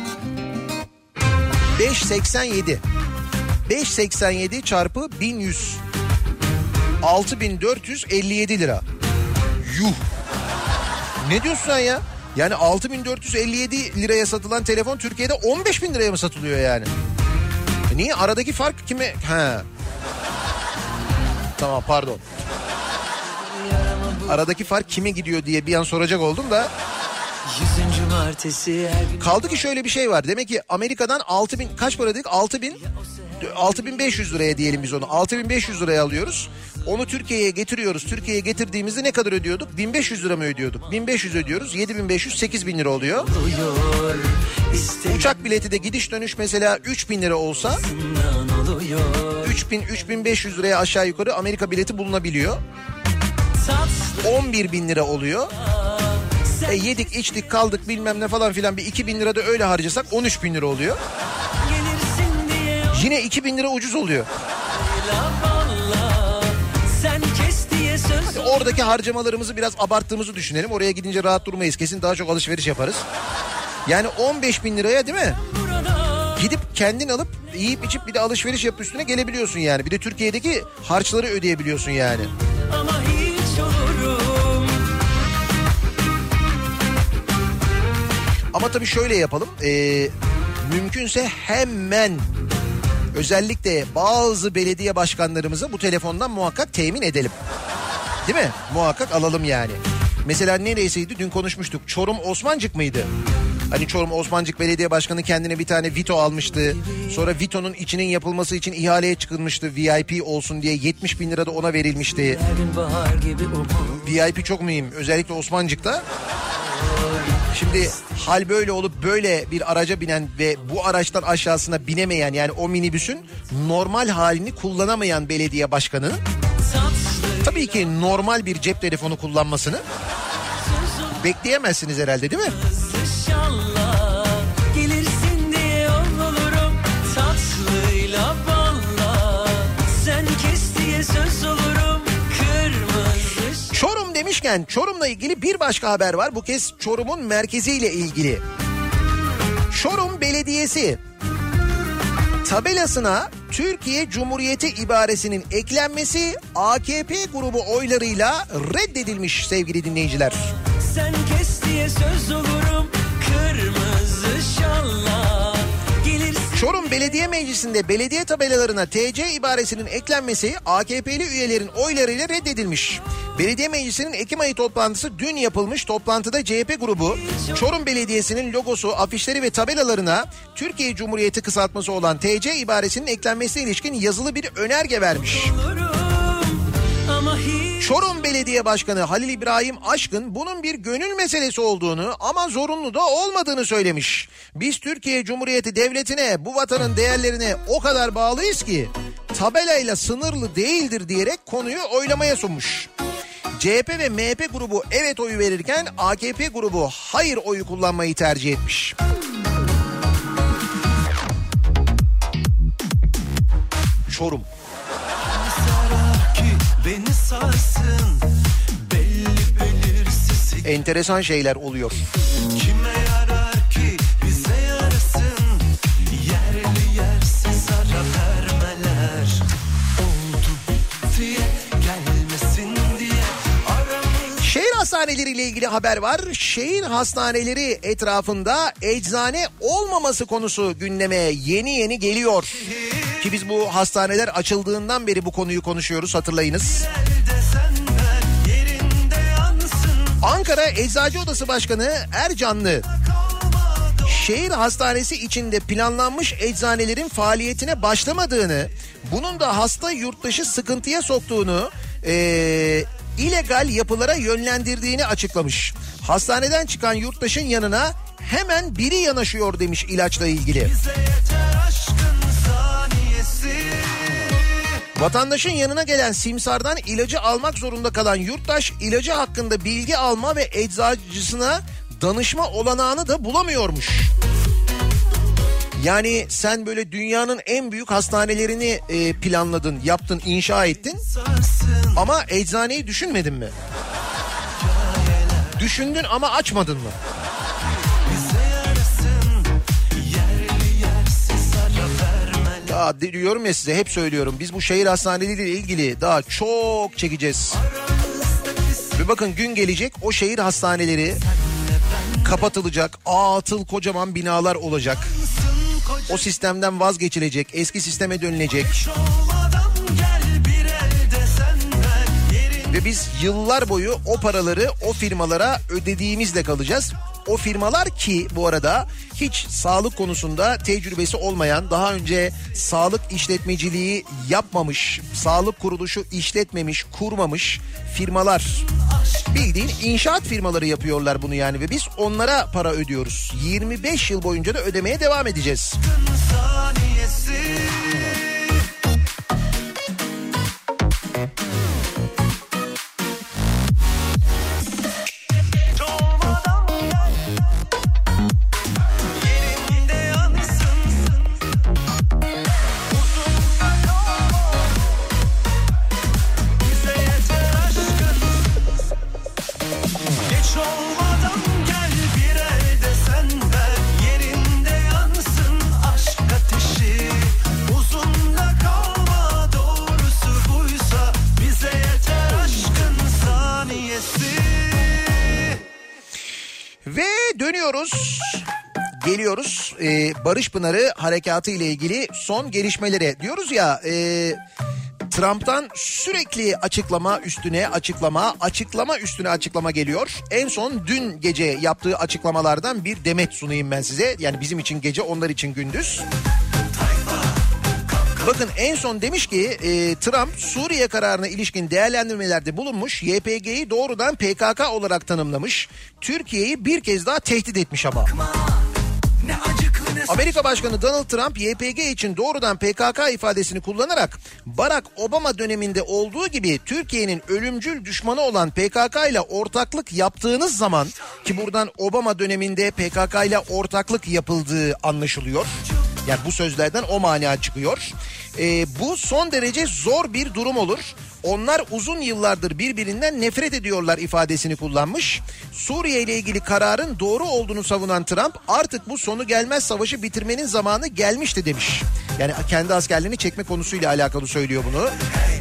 5.87 çarpı 1100 6.457 lira. Yuh. Ne diyorsun sen ya? Yani 6.457 liraya satılan telefon Türkiye'de 15.000 liraya mı satılıyor yani? Niye? Aradaki fark kime? He. Tamam pardon. Aradaki fark kime gidiyor diye bir an soracak oldum da. Kaldı ki şöyle bir şey var. Demek ki Amerika'dan 6.000 kaç para dedik? 6.500 liraya diyelim biz onu. 6.500 liraya alıyoruz. Onu Türkiye'ye getiriyoruz. Türkiye'ye getirdiğimizde ne kadar ödüyorduk? 1.500 lira mı ödüyorduk? 1.500 ödüyoruz. 7.500 8.000 lira oluyor. Uçak bileti de gidiş dönüş mesela 3.000 lira olsa 3.000-3.500 liraya aşağı yukarı Amerika bileti bulunabiliyor. 11.000 lira oluyor. Yedik içtik kaldık bilmem ne falan filan bir 2.000 lira da öyle harcasak 13.000 lira oluyor. Yine 2.000 lira ucuz oluyor. Hadi oradaki harcamalarımızı biraz abarttığımızı düşünelim. Oraya gidince rahat durmayız. Kesin daha çok alışveriş yaparız. Yani 15.000 liraya değil mi? Gidip kendin alıp yiyip içip bir de alışveriş yapıp üstüne gelebiliyorsun yani. Bir de Türkiye'deki harçları ödeyebiliyorsun yani. Ama hiç olurum. Ama tabii şöyle yapalım. Mümkünse Özellikle bazı belediye başkanlarımıza bu telefondan muhakkak temin edelim. Değil mi? Muhakkak alalım yani. Mesela neresiydi? Dün konuşmuştuk. Çorum Osmancık mıydı? Hani Çorum Osmancık Belediye Başkanı kendine bir tane Vito almıştı. Sonra Vito'nun içinin yapılması için ihaleye çıkılmıştı. VIP olsun diye 70 bin lira da ona verilmişti. VIP çok mühim. Özellikle Osmancık'ta. Şimdi hal böyle olup böyle bir araca binen ve bu araçtan aşağısına binemeyen, yani o minibüsün normal halini kullanamayan belediye başkanının tabii ki normal bir cep telefonu kullanmasını bekleyemezsiniz herhalde, değil mi? İnşallah gelirsin diye olurum, tatlıyla balla sen kes diye söz olurum, kırmızı. Çorum demişken Çorum'la ilgili bir başka haber var. Bu kez Çorum'un merkeziyle ilgili. Çorum Belediyesi tabelasına Türkiye Cumhuriyeti ibaresinin eklenmesi AKP grubu oylarıyla reddedilmiş sevgili dinleyiciler. Sen kes diye söz olurum, kırmızı şalla gelirsin. Çorum Belediye Meclisi'nde belediye tabelalarına TC ibaresinin eklenmesi AKP'li üyelerin oylarıyla reddedilmiş. Belediye Meclisi'nin Ekim ayı toplantısı dün yapılmış. Toplantıda CHP grubu Çorum Belediyesi'nin logosu, afişleri ve tabelalarına Türkiye Cumhuriyeti kısaltması olan TC ibaresinin eklenmesine ilişkin yazılı bir önerge vermiş. Çorum Belediye Başkanı Halil İbrahim Aşkın bunun bir gönül meselesi olduğunu ama zorunlu da olmadığını söylemiş. Biz Türkiye Cumhuriyeti Devleti'ne, bu vatanın değerlerine o kadar bağlıyız ki tabelayla sınırlı değildir diyerek konuyu oylamaya sunmuş. CHP ve MHP grubu evet oyu verirken AKP grubu hayır oyu kullanmayı tercih etmiş. Çorum. Beni sarsın, belli belirsiz. Enteresan şeyler oluyor. Kime yarar ki bize yarasın, yerli yersiz ara vermeler. Oldu bitti gelmesin diye aramız. Şehir hastaneleriyle ilgili haber var. Şehir hastaneleri etrafında eczane olmaması konusu gündeme yeni yeni geliyor. Ki biz bu hastaneler açıldığından beri bu konuyu konuşuyoruz, hatırlayınız. Ankara Eczacı Odası Başkanı Ercanlı, şehir hastanesi içinde planlanmış eczanelerin faaliyetine başlamadığını, bunun da hasta yurttaşı sıkıntıya soktuğunu, illegal yapılara yönlendirdiğini açıklamış. Hastaneden çıkan yurttaşın yanına hemen biri yanaşıyor demiş ilaçla ilgili. Vatandaşın yanına gelen simsardan ilacı almak zorunda kalan yurttaş ilacı hakkında bilgi alma ve eczacısına danışma olanağını da bulamıyormuş. Yani sen böyle dünyanın en büyük hastanelerini planladın, yaptın, inşa ettin ama eczaneyi düşünmedin mi? Düşündün ama açmadın mı? Ya diyorum ya size, hep söylüyorum, biz bu şehir hastaneleriyle ilgili daha çok çekeceğiz. Ve bakın gün gelecek, o şehir hastaneleri kapatılacak, atıl kocaman binalar olacak. O sistemden vazgeçilecek, eski sisteme dönülecek. Ve biz yıllar boyu o paraları o firmalara ödediğimizle kalacağız. O firmalar ki bu arada hiç sağlık konusunda tecrübesi olmayan, daha önce sağlık işletmeciliği yapmamış, sağlık kuruluşu işletmemiş, kurmamış firmalar. Bildiğin inşaat firmaları yapıyorlar bunu yani ve biz onlara para ödüyoruz. 25 yıl boyunca da ödemeye devam edeceğiz. geliyoruz. Barış Pınarı harekatı ile ilgili son gelişmelere diyoruz ya. Trump'tan sürekli açıklama üstüne açıklama geliyor. En son dün gece yaptığı açıklamalardan bir demet sunayım ben size. Yani bizim için gece, onlar için gündüz. Bakın en son demiş ki Trump Suriye kararına ilişkin değerlendirmelerde bulunmuş. YPG'yi doğrudan PKK olarak tanımlamış. Türkiye'yi bir kez daha tehdit etmiş ama. Amerika Başkanı Donald Trump YPG için doğrudan PKK ifadesini kullanarak Barack Obama döneminde olduğu gibi Türkiye'nin ölümcül düşmanı olan PKK ile ortaklık yaptığınız zaman, ki buradan Obama döneminde PKK ile ortaklık yapıldığı anlaşılıyor. Yani bu sözlerden o mana çıkıyor. Bu son derece zor bir durum olur. Onlar uzun yıllardır birbirinden nefret ediyorlar ifadesini kullanmış. Suriye ile ilgili kararın doğru olduğunu savunan Trump artık bu sonu gelmez savaşı bitirmenin zamanı gelmişti demiş. Yani kendi askerlerini çekme konusuyla alakalı söylüyor bunu.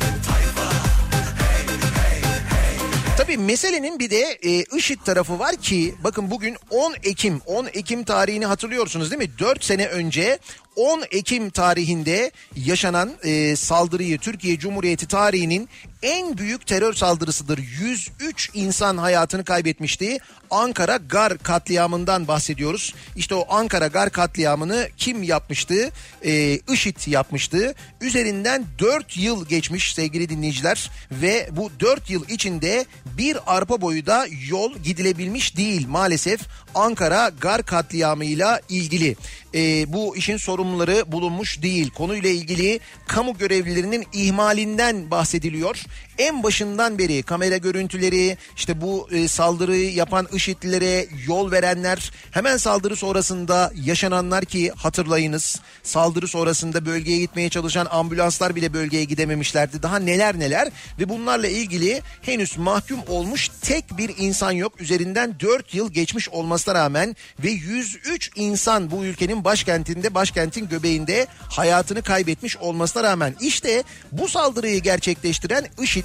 Tabii meselenin bir de IŞİD tarafı var ki bakın bugün 10 Ekim tarihini hatırlıyorsunuz değil mi? 4 sene önce 10 Ekim tarihinde yaşanan saldırıyı, Türkiye Cumhuriyeti tarihinin en büyük terör saldırısıdır. 103 insan hayatını kaybetmişti. Ankara Gar katliamından bahsediyoruz. İşte o Ankara Gar katliamını kim yapmıştı? IŞİD yapmıştı. Üzerinden 4 yıl geçmiş sevgili dinleyiciler ve bu 4 yıl içinde bir arpa boyu da yol gidilebilmiş değil maalesef Ankara Gar katliamıyla ilgili. Bu işin sorumluları bulunmuş değil. Konuyla ilgili kamu görevlilerinin ihmalinden bahsediliyor. En başından beri kamera görüntüleri, işte bu saldırıyı yapan IŞİD'lilere yol verenler, hemen saldırı sonrasında yaşananlar ki hatırlayınız, saldırı sonrasında bölgeye gitmeye çalışan ambulanslar bile bölgeye gidememişlerdi. Daha neler ve bunlarla ilgili henüz mahkum olmuş tek bir insan yok. Üzerinden 4 yıl geçmiş olmasına rağmen ve 103 insan bu ülkenin başkentin göbeğinde hayatını kaybetmiş olmasına rağmen işte bu saldırıyı gerçekleştiren IŞİD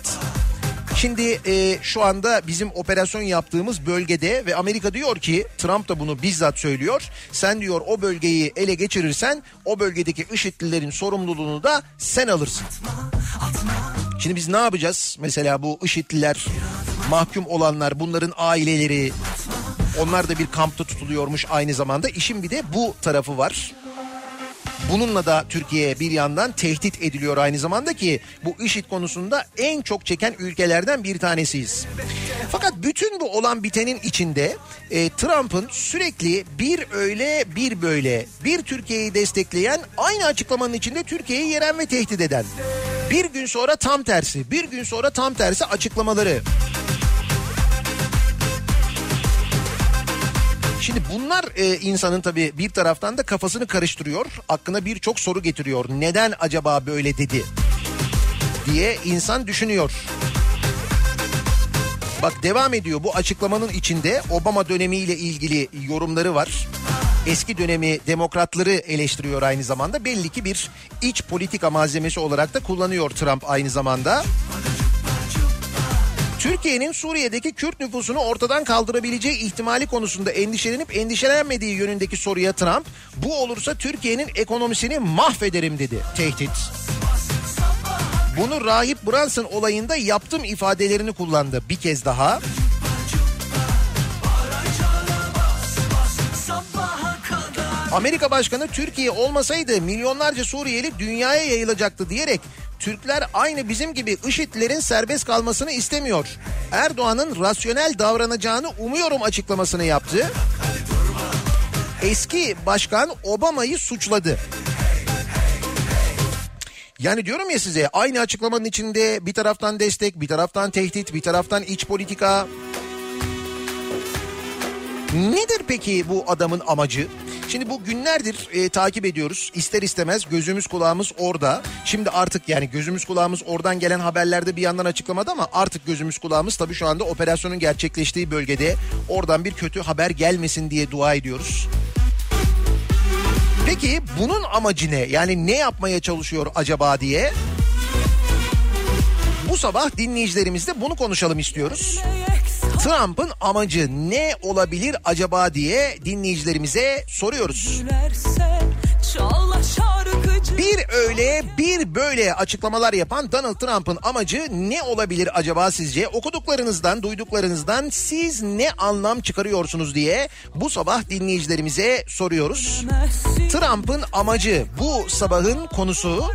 şimdi şu anda bizim operasyon yaptığımız bölgede ve Amerika diyor ki, Trump da bunu bizzat söylüyor. Sen diyor o bölgeyi ele geçirirsen o bölgedeki IŞİD'lilerin sorumluluğunu da sen alırsın. Şimdi biz ne yapacağız? Mesela bu IŞİD'liler, mahkum olanlar, bunların aileleri, onlar da bir kampta tutuluyormuş aynı zamanda. İşin bir de bu tarafı var. Bununla da Türkiye bir yandan tehdit ediliyor aynı zamanda ki bu IŞİD konusunda en çok çeken ülkelerden bir tanesiyiz. Fakat bütün bu olan bitenin içinde Trump'ın sürekli bir öyle bir böyle, bir Türkiye'yi destekleyen, aynı açıklamanın içinde Türkiye'yi yeren ve tehdit eden, bir gün sonra tam tersi açıklamaları. Şimdi bunlar insanın tabii bir taraftan da kafasını karıştırıyor. Aklına birçok soru getiriyor. Neden acaba böyle dedi diye insan düşünüyor. Bak devam ediyor, bu açıklamanın içinde Obama dönemiyle ilgili yorumları var. Eski dönemi demokratları eleştiriyor aynı zamanda. Belli ki bir iç politika malzemesi olarak da kullanıyor Trump aynı zamanda. Türkiye'nin Suriye'deki Kürt nüfusunu ortadan kaldırabileceği ihtimali konusunda endişelenip endişelenmediği yönündeki soruya Trump, bu olursa Türkiye'nin ekonomisini mahvederim dedi. Tehdit. Bunu Rahip Brunson olayında yaptım ifadelerini kullandı bir kez daha. Amerika Başkanı Türkiye olmasaydı milyonlarca Suriyeli dünyaya yayılacaktı diyerek Türkler aynı bizim gibi IŞİD'lerin serbest kalmasını istemiyor. Erdoğan'ın rasyonel davranacağını umuyorum açıklamasını yaptı. Eski başkan Obama'yı suçladı. Yani diyorum ya size, aynı açıklamanın içinde bir taraftan destek, bir taraftan tehdit, bir taraftan iç politika. Nedir peki bu adamın amacı? Şimdi bu günlerdir takip ediyoruz. İster istemez gözümüz kulağımız orada. Şimdi artık yani gözümüz kulağımız oradan gelen haberlerde bir yandan açıklamadı ama artık gözümüz kulağımız tabii şu anda operasyonun gerçekleştiği bölgede. Oradan bir kötü haber gelmesin diye dua ediyoruz. Peki bunun amacı ne? Yani ne yapmaya çalışıyor acaba diye? Bu sabah dinleyicilerimizle bunu konuşalım istiyoruz. Trump'ın amacı ne olabilir acaba diye dinleyicilerimize soruyoruz. Bir öyle bir böyle açıklamalar yapan Donald Trump'ın amacı ne olabilir acaba sizce? Okuduklarınızdan, duyduklarınızdan siz ne anlam çıkarıyorsunuz diye bu sabah dinleyicilerimize soruyoruz. Trump'ın amacı bu sabahın konusu.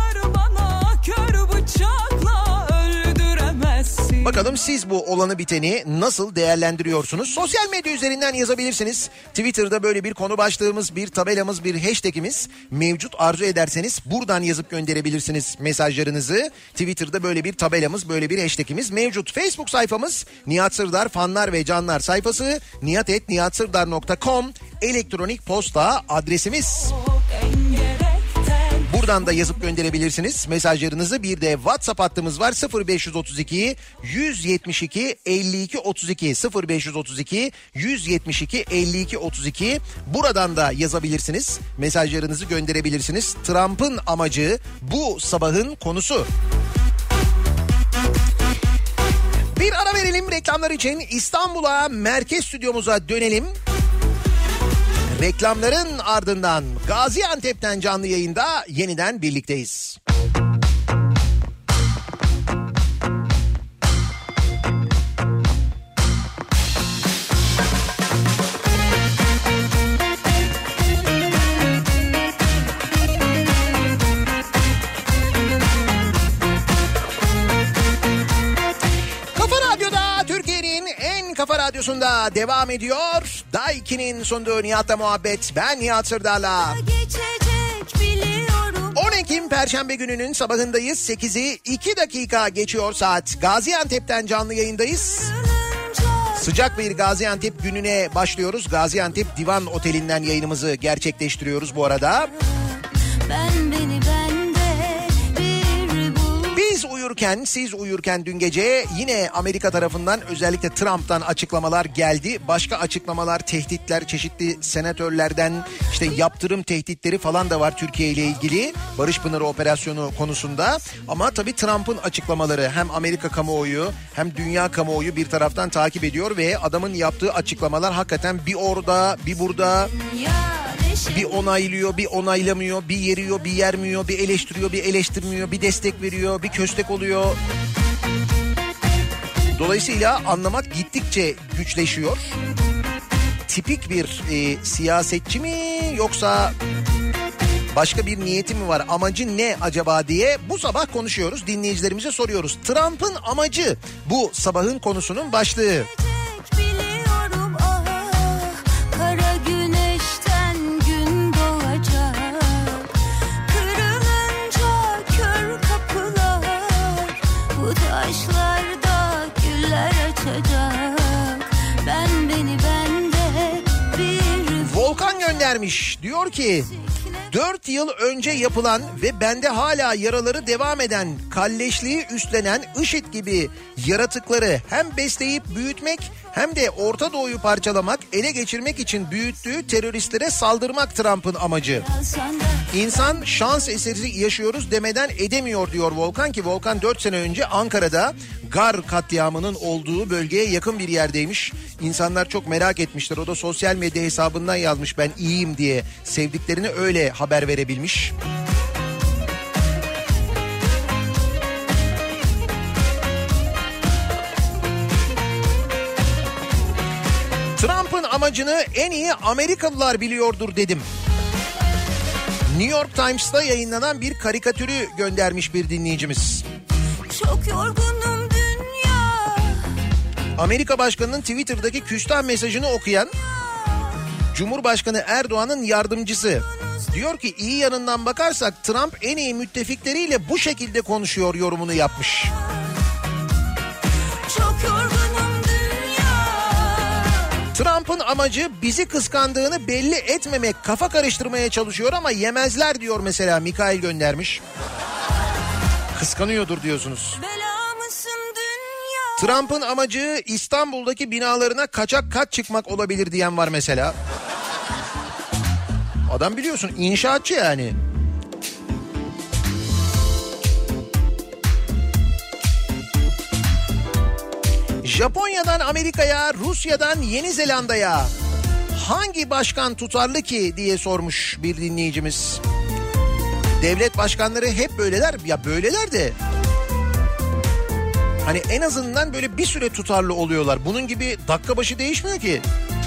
Bakalım siz bu olanı biteni nasıl değerlendiriyorsunuz? Sosyal medya üzerinden yazabilirsiniz. Twitter'da böyle bir konu başlığımız, bir tabelamız, bir hashtagimiz mevcut, arzu ederseniz buradan yazıp gönderebilirsiniz mesajlarınızı. Twitter'da böyle bir tabelamız, böyle bir hashtagimiz mevcut. Facebook sayfamız Nihat Sırdar fanlar ve canlar sayfası, nihat@nihatsırdar.com elektronik posta adresimiz. Buradan da yazıp gönderebilirsiniz mesajlarınızı. Bir de WhatsApp hattımız var 0532 172 52 32 0532 172 52 32. Buradan da yazabilirsiniz. Mesajlarınızı gönderebilirsiniz. Trump'ın amacı bu sabahın konusu. Bir ara verelim reklamlar için. İstanbul'a, merkez stüdyomuza dönelim. Reklamların ardından Gaziantep'ten canlı yayında yeniden birlikteyiz. Kafa Radyosu'nda devam ediyor. Daiki'nin sunduğu Nihat'la muhabbet. Ben Nihat Sırdar'la. 10 Ekim Perşembe gününün sabahındayız. 8'i 2 dakika geçiyor saat. Gaziantep'ten canlı yayındayız. Sıcak bir Gaziantep gününe başlıyoruz. Gaziantep Divan Oteli'nden yayınımızı gerçekleştiriyoruz bu arada. Siz uyurken dün gece yine Amerika tarafından, özellikle Trump'tan açıklamalar geldi. Başka açıklamalar, tehditler, çeşitli senatörlerden işte yaptırım tehditleri falan da var Türkiye ile ilgili. Barış Pınarı operasyonu konusunda. Ama tabii Trump'ın açıklamaları hem Amerika kamuoyu hem dünya kamuoyu bir taraftan takip ediyor ve adamın yaptığı açıklamalar hakikaten bir orada bir burada. Bir onaylıyor, bir onaylamıyor, bir yeriyor, bir yermiyor, bir eleştiriyor, bir eleştirmiyor, bir destek veriyor, bir köstek oluyor. Dolayısıyla anlamak gittikçe güçleşiyor. Tipik bir siyasetçi mi yoksa başka bir niyeti mi var, amacı ne acaba diye bu sabah konuşuyoruz, dinleyicilerimize soruyoruz. Trump'ın amacı bu sabahın konusunun başlığı. Volkan göndermiş. Diyor ki 4 yıl önce yapılan ve bende hala yaraları devam eden, kalleşliği üstlenen IŞİD gibi yaratıkları hem besleyip büyütmek hem de Orta Doğu'yu parçalamak, ele geçirmek için büyüttüğü teröristlere saldırmak Trump'ın amacı. İnsan şans eseri yaşıyoruz demeden edemiyor diyor Volkan, ki Volkan 4 sene önce Ankara'da Gar katliamının olduğu bölgeye yakın bir yerdeymiş. İnsanlar çok merak etmişler. O da sosyal medya hesabından yazmış ben iyiyim diye. Sevdiklerini öyle haber verebilmiş. Trump'ın amacını en iyi Amerikalılar biliyordur dedim. New York Times'ta yayınlanan bir karikatürü göndermiş bir dinleyicimiz. Çok yorgunum dünya. Amerika Başkanı'nın Twitter'daki küstah mesajını okuyan Cumhurbaşkanı Erdoğan'ın yardımcısı diyor ki iyi yanından bakarsak Trump en iyi müttefikleriyle bu şekilde konuşuyor yorumunu yapmış. Çok yorgunum dünya. Trump'ın amacı bizi kıskandığını belli etmemek, kafa karıştırmaya çalışıyor ama yemezler diyor mesela, Mikail göndermiş. Kıskanıyordur diyorsunuz. Trump'ın amacı İstanbul'daki binalarına kaçak kat çıkmak olabilir diyen var mesela. Adam biliyorsun inşaatçı yani. Japonya'dan Amerika'ya, Rusya'dan Yeni Zelanda'ya hangi başkan tutarlı ki diye sormuş bir dinleyicimiz. Devlet başkanları hep böyleler ya, böyleler de hani en azından böyle bir süre tutarlı oluyorlar. Bunun gibi dakika başı değişmiyor ki.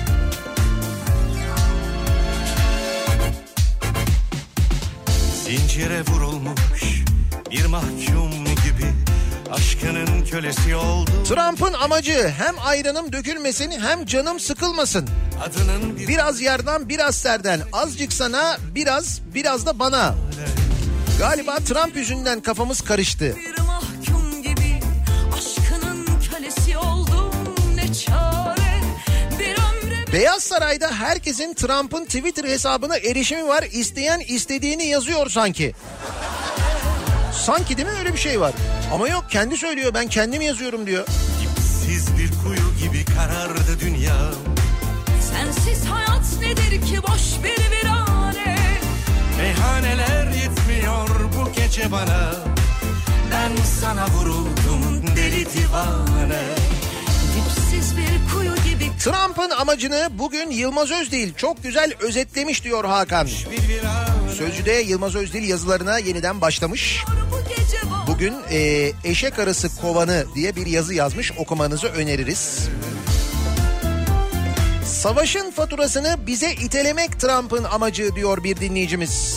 Zincire vurulmuş bir mahkum gibi aşkının kölesi oldu. Trump'ın amacı hem ayranım dökülmesin hem canım sıkılmasın. Biraz yerden biraz serden, azıcık sana biraz da bana. Galiba Trump yüzünden kafamız karıştı. Bir mahkum gibi aşkının kölesi oldum, ne çare. Bir ömre... Beyaz Saray'da herkesin Trump'ın Twitter hesabına erişimi var. İsteyen istediğini yazıyor sanki. Sanki değil mi, öyle bir şey var. Ama yok, kendi söylüyor, ben kendim yazıyorum diyor. Dipsiz bir kuyu gibi karardı dünya. Sensiz hayat nedir ki, boş bir virane. Meyhaneler yetmiyor bu gece bana. Ben sana vuruldum deli divane. Dipsiz bir kuyu gibi. Trump'ın amacını bugün Yılmaz Özdil çok güzel özetlemiş diyor Hakan. Sözcü'de Yılmaz Özdil yazılarına yeniden başlamış. Bugün eşek arısı kovanı diye bir yazı yazmış, okumanızı öneririz. Savaşın faturasını bize itelemek Trump'ın amacı diyor bir dinleyicimiz.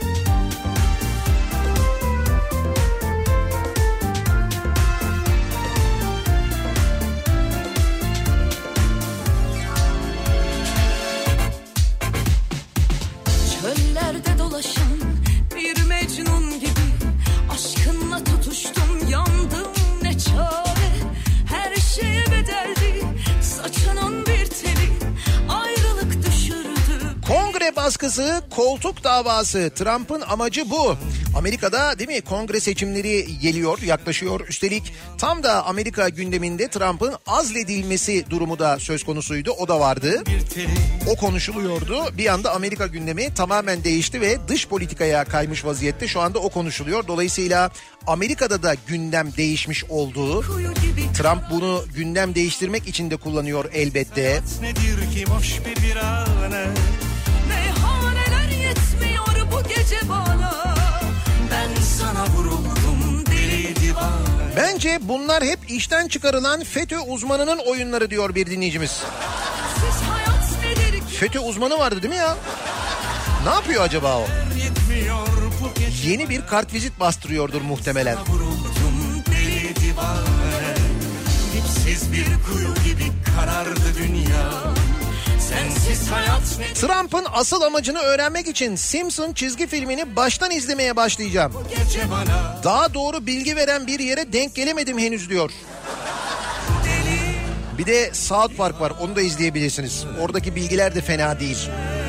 Çöllerde dolaşan bir mecnun gibi aşkınla tutuştum, yandım, ne çare. Her şeye bedeldi saçının bir teli, ayrılık düşürdü. Kongre baskısı, koltuk davası. Trump'ın amacı bu. Amerika'da değil mi, kongre seçimleri geliyor, yaklaşıyor. Üstelik tam da Amerika gündeminde Trump'ın azledilmesi durumu da söz konusuydu. O da vardı. O konuşuluyordu. Bir anda Amerika gündemi tamamen değişti ve dış politikaya kaymış vaziyette. Şu anda o konuşuluyor. Dolayısıyla Amerika'da da gündem değişmiş oldu. Trump bunu gündem değiştirmek için de kullanıyor elbette. Nedir ki boş bir virane. Meyhaneler yetmiyor bu gece bana. Ben sana vuruldum deli divane. Bence bunlar hep işten çıkarılan FETÖ uzmanının oyunları diyor bir dinleyicimiz. FETÖ uzmanı vardı değil mi ya? Ne yapıyor acaba o? Yeni bir kartvizit bastırıyordur muhtemelen. Dipsiz bir kuyu gibi karardı dünya. Trump'ın asıl amacını öğrenmek için Simpson çizgi filmini baştan izlemeye başlayacağım. Daha doğru bilgi veren bir yere denk gelemedim henüz diyor. Bir de South Park var, onu da izleyebilirsiniz. Oradaki bilgiler de fena değil.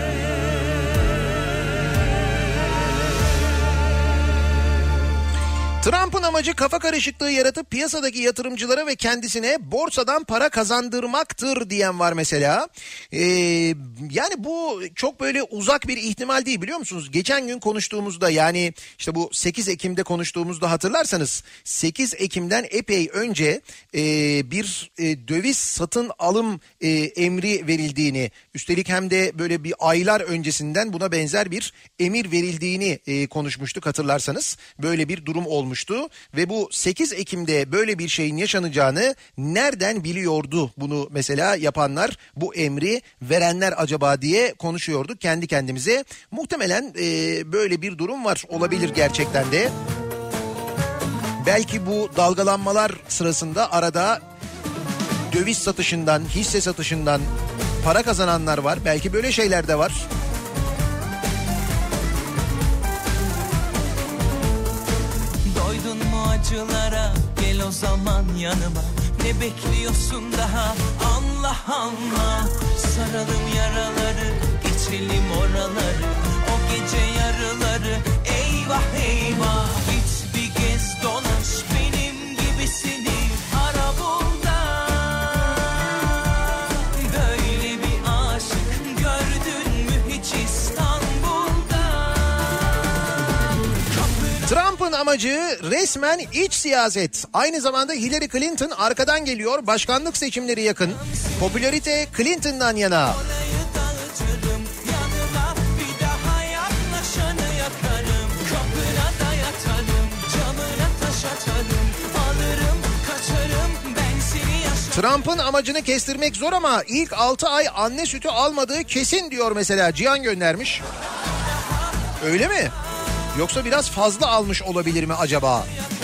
Trump'ın amacı kafa karışıklığı yaratıp piyasadaki yatırımcılara ve kendisine borsadan para kazandırmaktır diyen var mesela. Yani bu çok böyle uzak bir ihtimal değil, biliyor musunuz? Geçen gün konuştuğumuzda, yani işte bu 8 Ekim'de konuştuğumuzda hatırlarsanız 8 Ekim'den epey önce bir döviz satın alım emri verildiğini, üstelik hem de böyle bir aylar öncesinden buna benzer bir emir verildiğini konuşmuştuk hatırlarsanız. Böyle bir durum olmuştu ve bu 8 Ekim'de böyle bir şeyin yaşanacağını nereden biliyordu bunu mesela yapanlar, bu emri verenler acaba diye konuşuyorduk kendi kendimize. Muhtemelen böyle bir durum var, olabilir gerçekten de. Belki bu dalgalanmalar sırasında arada döviz satışından, hisse satışından para kazananlar var. Belki böyle şeyler de var. Doydun mu acılara, gel o zaman yanıma. Ne bekliyorsun daha, anla anla. Saralım yaraları, geçelim oraları. O gece yarıları, eyvah eyvah. Git bir gez dolaş, benim gibisini ara bulda. Böyle bir aşık gördün mü hiç İstanbul'da? Trump'ın Trump'ın amacı resmen iç siyaset. Aynı zamanda Hillary Clinton arkadan geliyor. Başkanlık seçimleri yakın. Popülarite Clinton'dan yana. Trump'ın amacını kestirmek zor ama ilk 6 ay anne sütü almadığı kesin diyor mesela. Cihan göndermiş. Öyle mi? Yoksa biraz fazla almış olabilir mi acaba?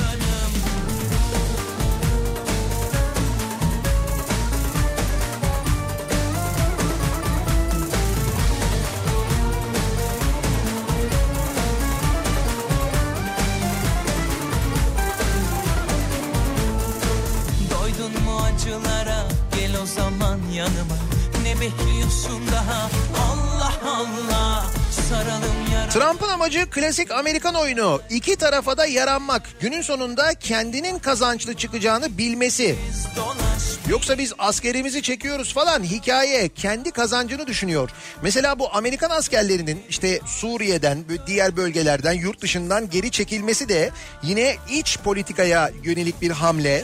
Doydun mu acılara, gel o zaman yanıma. Ne bekliyorsun daha? Allah Allah, saralım yara. Trump'ın amacı klasik Amerikan oyunu. İki tarafa da yaranmak. Günün sonunda kendinin kazançlı çıkacağını bilmesi. Yoksa biz askerimizi çekiyoruz falan, hikaye, kendi kazancını düşünüyor. Mesela bu Amerikan askerlerinin işte Suriye'den, diğer bölgelerden, yurt dışından geri çekilmesi de yine iç politikaya yönelik bir hamle.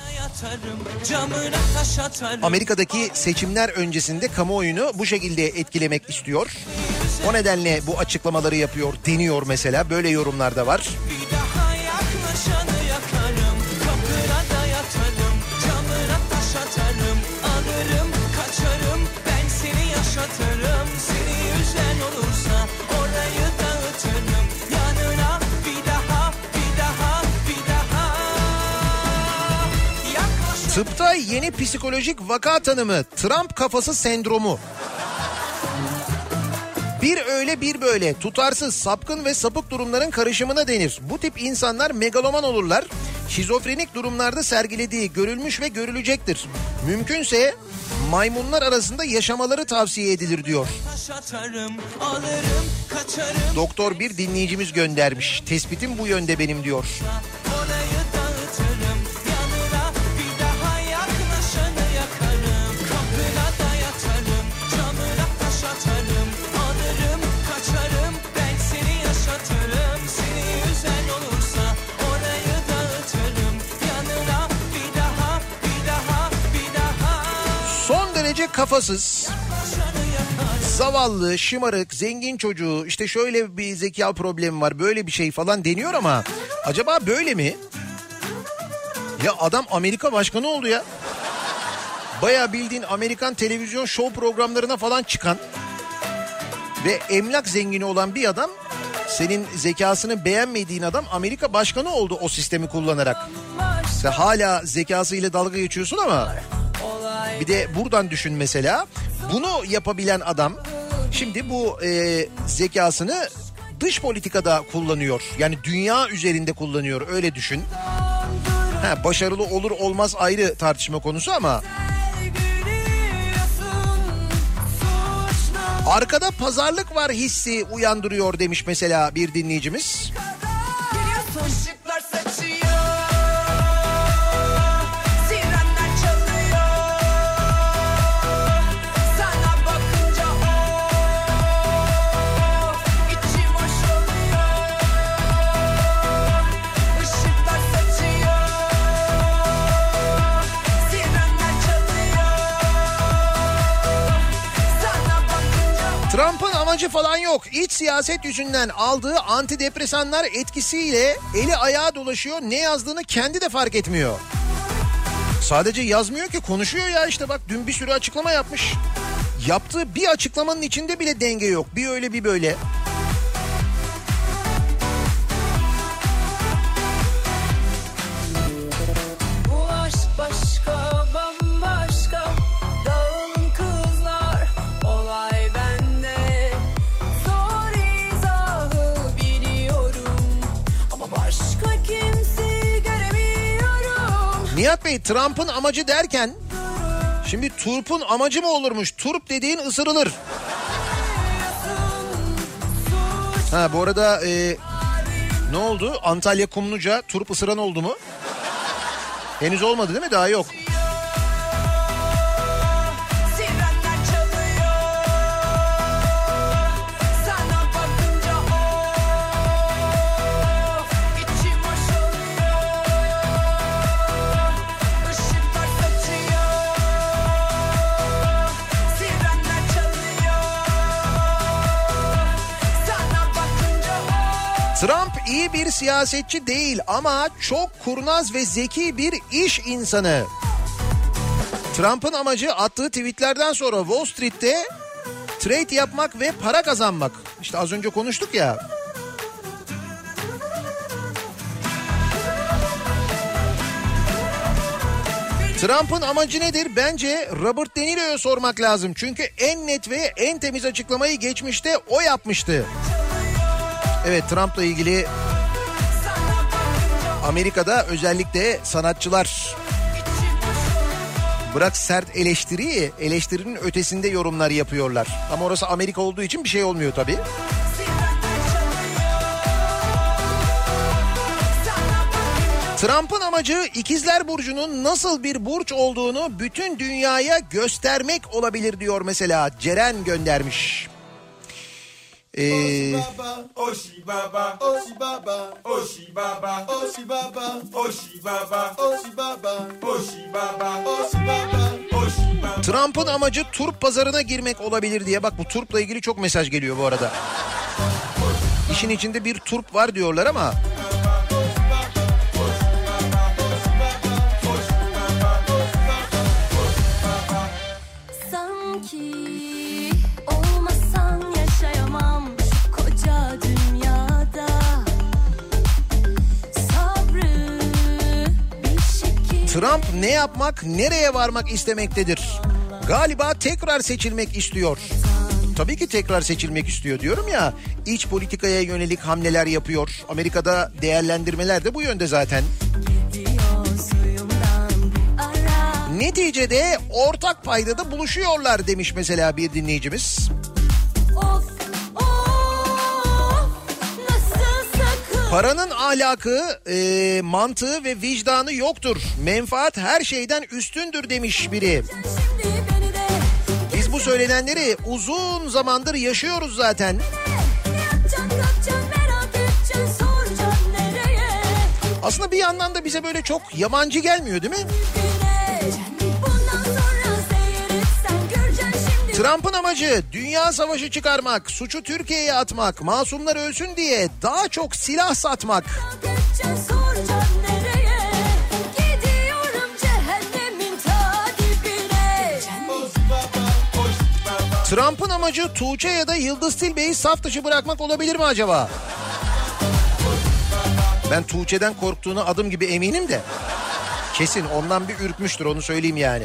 Amerika'daki seçimler öncesinde kamuoyunu bu şekilde etkilemek istiyor. O nedenle bu açıklamaları yapıyor, deniyor mesela. Böyle yorumlar da var. Tıpta yeni psikolojik vaka tanımı, Trump kafası sendromu. Bir öyle bir böyle tutarsız, sapkın ve sapık durumların karışımına denir. Bu tip insanlar megaloman olurlar. Şizofrenik durumlarda sergilediği görülmüş ve görülecektir. Mümkünse maymunlar arasında yaşamaları tavsiye edilir diyor. Doktor bir dinleyicimiz göndermiş. Tespitim bu yönde benim diyor. Kafasız, zavallı, şımarık, zengin çocuğu, işte şöyle bir zeka problemi var, böyle bir şey falan deniyor ama acaba böyle mi? Ya adam Amerika başkanı oldu ya. Bayağı bildiğin Amerikan televizyon show programlarına falan çıkan ve emlak zengini olan bir adam, senin zekasını beğenmediğin adam Amerika başkanı oldu o sistemi kullanarak. Sen hala zekasıyla dalga geçiyorsun ama bir de buradan düşün mesela, bunu yapabilen adam şimdi bu zekasını dış politikada kullanıyor. Yani dünya üzerinde kullanıyor, öyle düşün. Başarılı olur olmaz ayrı tartışma konusu ama arkada pazarlık var hissi uyandırıyor demiş mesela bir dinleyicimiz. Trump'ın amacı falan yok. İç siyaset yüzünden aldığı antidepresanlar etkisiyle eli ayağa dolaşıyor. Ne yazdığını kendi de fark etmiyor. Sadece yazmıyor ki, konuşuyor ya, işte bak dün bir sürü açıklama yapmış. Yaptığı bir açıklamanın içinde bile denge yok. Bir öyle bir böyle. Nihat Bey, Trump'ın amacı derken şimdi turp'un amacı mı olurmuş? Turp dediğin ısırılır. Bu arada ne oldu? Antalya Kumluca turp ısıran oldu mu? Henüz olmadı değil mi? Daha yok. Trump iyi bir siyasetçi değil ama çok kurnaz ve zeki bir iş insanı. Trump'ın amacı attığı tweetlerden sonra Wall Street'te trade yapmak ve para kazanmak. İşte az önce konuştuk ya. Trump'ın amacı nedir? Bence Robert De Niro'ya sormak lazım. Çünkü en net ve en temiz açıklamayı geçmişte o yapmıştı. Evet, Trump'la ilgili Amerika'da özellikle sanatçılar bırak sert eleştiriyi, eleştirinin ötesinde yorumlar yapıyorlar. Ama orası Amerika olduğu için bir şey olmuyor tabii. Trump'ın amacı İkizler Burcu'nun nasıl bir burç olduğunu bütün dünyaya göstermek olabilir diyor mesela. Ceren göndermiş. Trump'ın amacı turp pazarına girmek olabilir diye. Bak, bu turpla ilgili çok mesaj geliyor bu arada. İşin içinde bir turp var diyorlar ama... Trump ne yapmak, nereye varmak istemektedir? Galiba tekrar seçilmek istiyor. Tabii ki tekrar seçilmek istiyor diyorum ya. İç politikaya yönelik hamleler yapıyor. Amerika'da değerlendirmeler de bu yönde zaten. Neticede ortak paydada buluşuyorlar demiş mesela bir dinleyicimiz. Paranın ahlakı, mantığı ve vicdanı yoktur. Menfaat her şeyden üstündür demiş biri. Biz bu söylenenleri uzun zamandır yaşıyoruz zaten. Aslında bir yandan da bize böyle çok yabancı gelmiyor değil mi? Trump'ın amacı dünya savaşı çıkarmak, suçu Türkiye'ye atmak, masumlar ölsün diye daha çok silah satmak. Trump'ın amacı Tuğçe ya da Yıldız Tilbe'yi saf dışı bırakmak olabilir mi acaba? Ben Tuğçe'den korktuğunu adım gibi eminim de. Kesin ondan bir ürkmüştür, onu söyleyeyim yani.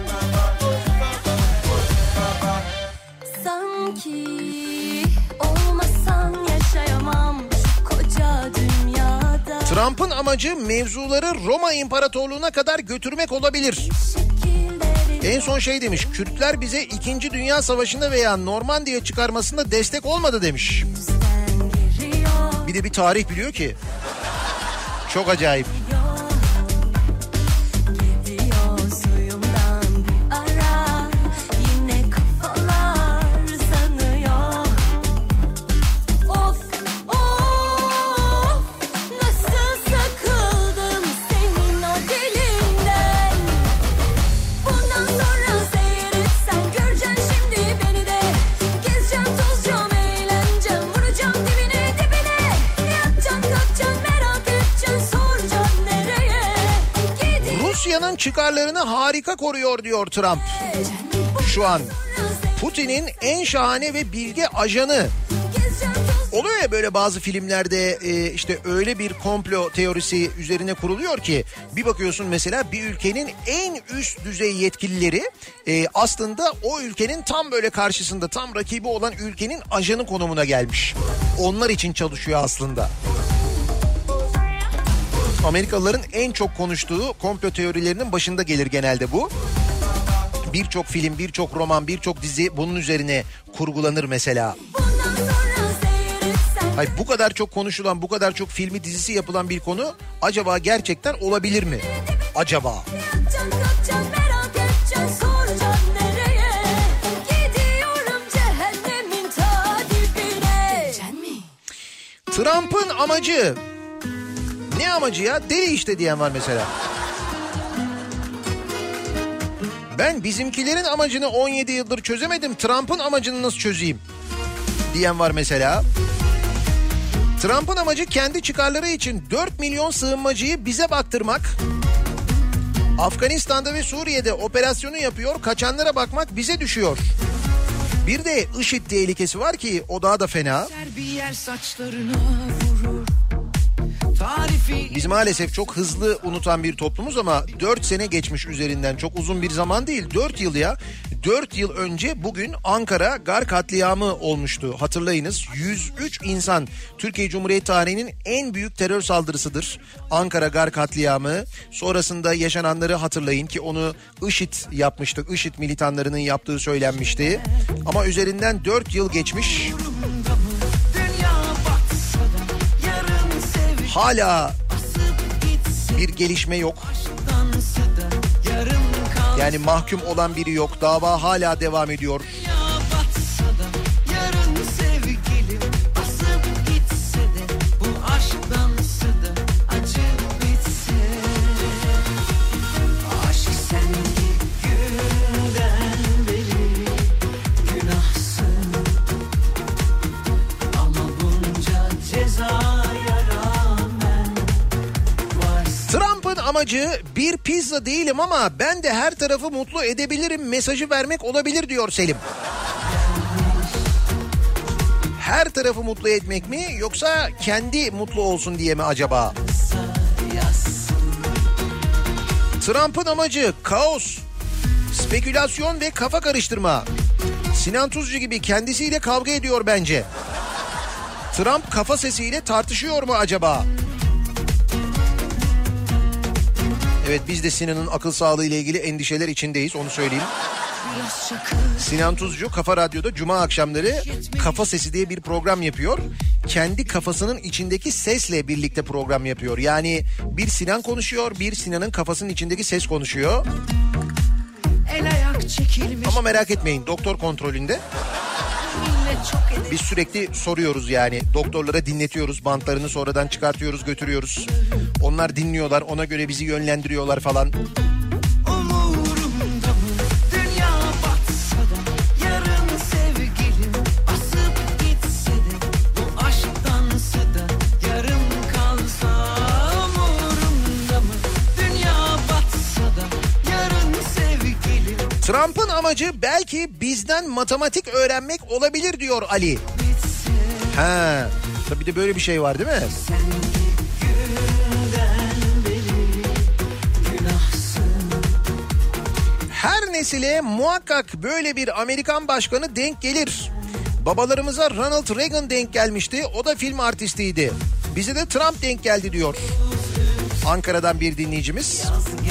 Trump'ın amacı mevzuları Roma İmparatorluğu'na kadar götürmek olabilir. En son şey demiş, Kürtler bize 2. Dünya Savaşı'nda veya Normandiya çıkarmasında destek olmadı demiş. Bir de bir tarih biliyor ki. Çok acayip. Rusya'nın çıkarlarını harika koruyor diyor Trump. Şu an Putin'in en şahane ve bilge ajanı. Oluyor ya böyle bazı filmlerde işte öyle bir komplo teorisi üzerine kuruluyor ki bir bakıyorsun mesela bir ülkenin en üst düzey yetkilileri aslında o ülkenin tam böyle karşısında, tam rakibi olan ülkenin ajanı konumuna gelmiş. Onlar için çalışıyor aslında. Amerikalıların en çok konuştuğu komplo teorilerinin başında gelir genelde bu. Birçok film, birçok roman, birçok dizi bunun üzerine kurgulanır mesela. Hayır, bu kadar çok konuşulan, bu kadar çok filmi, dizisi yapılan bir konu acaba gerçekten olabilir mi? Acaba? Trump'ın amacı... Ne amacı ya? Deli işte diyen var mesela. Ben bizimkilerin amacını 17 yıldır çözemedim. Trump'ın amacını nasıl çözeyim? Diyen var mesela. Trump'ın amacı kendi çıkarları için 4 milyon sığınmacıyı bize baktırmak. Afganistan'da ve Suriye'de operasyonu yapıyor, kaçanlara bakmak bize düşüyor. Bir de IŞİD tehlikesi var ki o daha da fena. Biz maalesef çok hızlı unutan bir toplumuz ama 4 sene geçmiş üzerinden, çok uzun bir zaman değil, 4 yıl ya. 4 yıl önce bugün Ankara Gar katliamı olmuştu. Hatırlayınız, 103 insan, Türkiye Cumhuriyeti tarihinin en büyük terör saldırısıdır Ankara Gar katliamı. Sonrasında yaşananları hatırlayın ki onu IŞİD yapmıştı. IŞİD militanlarının yaptığı söylenmişti. Ama üzerinden 4 yıl geçmiş. Hala bir gelişme yok. Yani mahkum olan biri yok. Dava hala devam ediyor. Amacı bir pizza değilim ama ben de her tarafı mutlu edebilirim mesajı vermek olabilir diyor Selim. Her tarafı mutlu etmek mi yoksa kendi mutlu olsun diye mi acaba? Trump'ın amacı kaos, spekülasyon ve kafa karıştırma. Sinan Tuzcu gibi kendisiyle kavga ediyor bence. Trump kafa sesiyle tartışıyor mu acaba? Evet, biz de Sinan'ın akıl sağlığı ile ilgili endişeler içindeyiz, onu söyleyeyim. Sinan Tuzcu Kafa Radyo'da cuma akşamları Kafa Sesi diye bir program yapıyor. Kendi kafasının içindeki sesle birlikte program yapıyor. Yani bir Sinan konuşuyor, bir Sinan'ın kafasının içindeki ses konuşuyor. Ama merak etmeyin, doktor kontrolünde. Biz sürekli soruyoruz yani, doktorlara dinletiyoruz, bantlarını sonradan çıkartıyoruz, götürüyoruz. Onlar dinliyorlar, ona göre bizi yönlendiriyorlar falan. Trump'ın amacı belki bizden matematik öğrenmek olabilir diyor Ali. Ha, tabii de böyle bir şey var değil mi? Her nesile muhakkak böyle bir Amerikan başkanı denk gelir. Babalarımıza Ronald Reagan denk gelmişti. O da film artistiydi. Bize de Trump denk geldi diyor. Ankara'dan bir dinleyicimiz.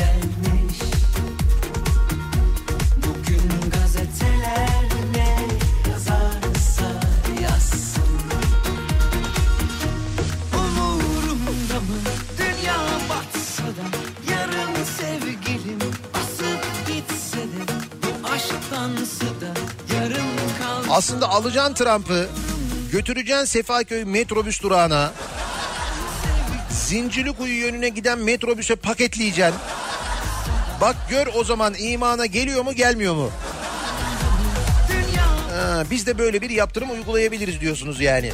Aslında alacaksın Trump'ı, götüreceksin Sefaköy metrobüs durağına, Zincirlikuyu yönüne giden metrobüse paketleyeceksin. Bak gör o zaman imana geliyor mu gelmiyor mu? Ha, biz de böyle bir yaptırım uygulayabiliriz diyorsunuz yani.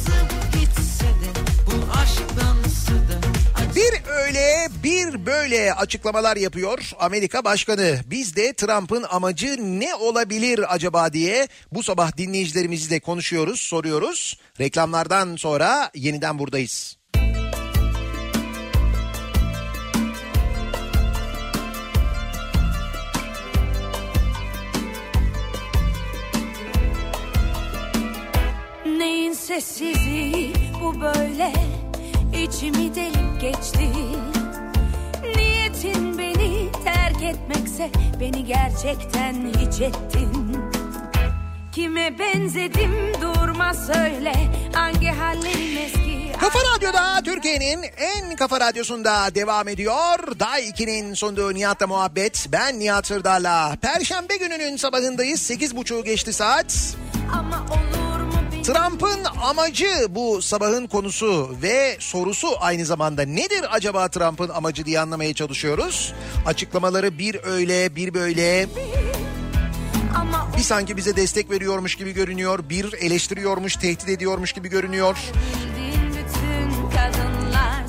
Bir öyle bir böyle açıklamalar yapıyor Amerika Başkanı. Biz de Trump'ın amacı ne olabilir acaba diye bu sabah dinleyicilerimizle konuşuyoruz, soruyoruz. Reklamlardan sonra yeniden buradayız. Neyin sessizliği bu böyle? İçimi delip geçti. Niyetin beni terk etmekse beni gerçekten hiç ettin. Kime benzedim durma söyle, hangi hallerim eski. Kafa Radyo'da, Türkiye'nin en kafa radyosunda devam ediyor. Day 2'nin sunduğu Nihat'la muhabbet. Ben Nihat Sırdar'la. Perşembe gününün sabahındayız. 8.30 geçti saat. Ama Trump'ın amacı bu sabahın konusu ve sorusu aynı zamanda. Nedir acaba Trump'ın amacı diye anlamaya çalışıyoruz. Açıklamaları bir öyle bir böyle. Bir sanki bize destek veriyormuş gibi görünüyor. Bir eleştiriyormuş, tehdit ediyormuş gibi görünüyor.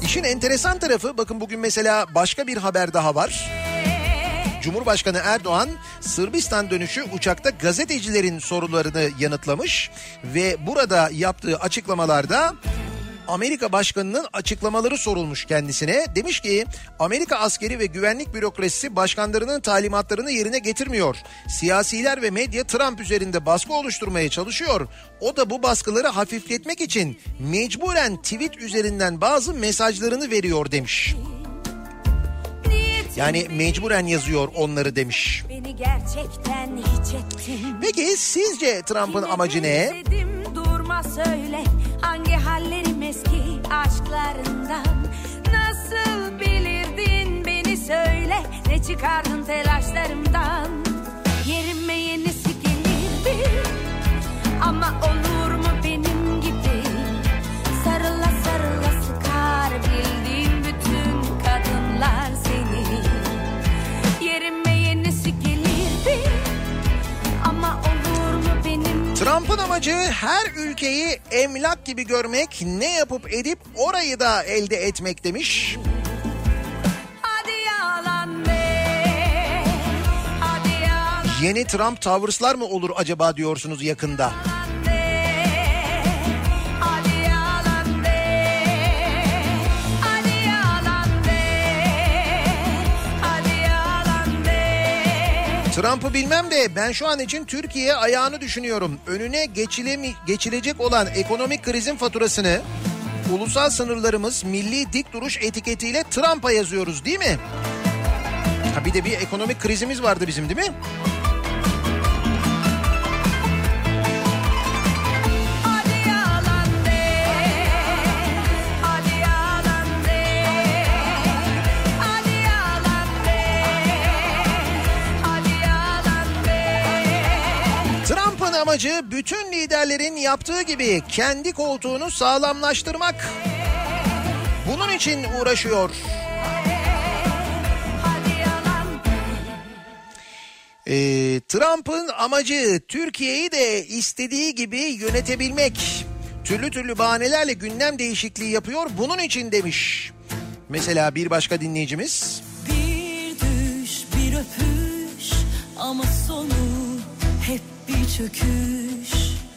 İşin enteresan tarafı, bakın bugün mesela başka bir haber daha var. Cumhurbaşkanı Erdoğan Sırbistan dönüşü uçakta gazetecilerin sorularını yanıtlamış ve burada yaptığı açıklamalarda Amerika Başkanı'nın açıklamaları sorulmuş kendisine. Demiş ki Amerika askeri ve güvenlik bürokrasisi başkanlarının talimatlarını yerine getirmiyor. Siyasiler ve medya Trump üzerinde baskı oluşturmaya çalışıyor. O da bu baskıları hafifletmek için mecburen tweet üzerinden bazı mesajlarını veriyor demiş. Yani mecburen yazıyor onları demiş. Beni gerçekten hiç ettin. Peki sizce Trump'ın amacı ne? Durma söyle hangi hallerim eski aşklarından. Nasıl bilirdin beni söyle, ne çıkardın telaşlarımdan. Yerime yenisi gelirdi ama olur mu benim gibi? Sarıla sarıla sıkar bildiğim bütün kadınlar seni. Yerime yenisi gelirdi ama olur mu benim? Trump'ın amacı her ülkeyi emlak gibi görmek, ne yapıp edip orayı da elde etmek demiş. Hadi yalan be, hadi yalan Yeni Trump Towers'lar mı olur acaba diyorsunuz yakında? be, hadi yalan be, hadi yalan be, hadi yalan be. Trump'ı bilmem de ben şu an için Türkiye ayağını düşünüyorum. Önüne geçilecek olan ekonomik krizin faturasını ulusal sınırlarımız milli dik duruş etiketiyle Trump'a yazıyoruz değil mi? Ha bir de bir ekonomik krizimiz vardı bizim değil mi? Hadi yalan be, hadi yalan be, hadi yalan be, hadi yalan be. Trump'ın amacı bütün liderlerin yaptığı gibi kendi koltuğunu sağlamlaştırmak. Bunun için uğraşıyor. Trump'ın amacı Türkiye'yi de istediği gibi yönetebilmek. Türlü türlü bahanelerle gündem değişikliği yapıyor bunun için demiş. Mesela bir başka dinleyicimiz. Bir düş, bir öpüş ama sonu hep bir çöküş.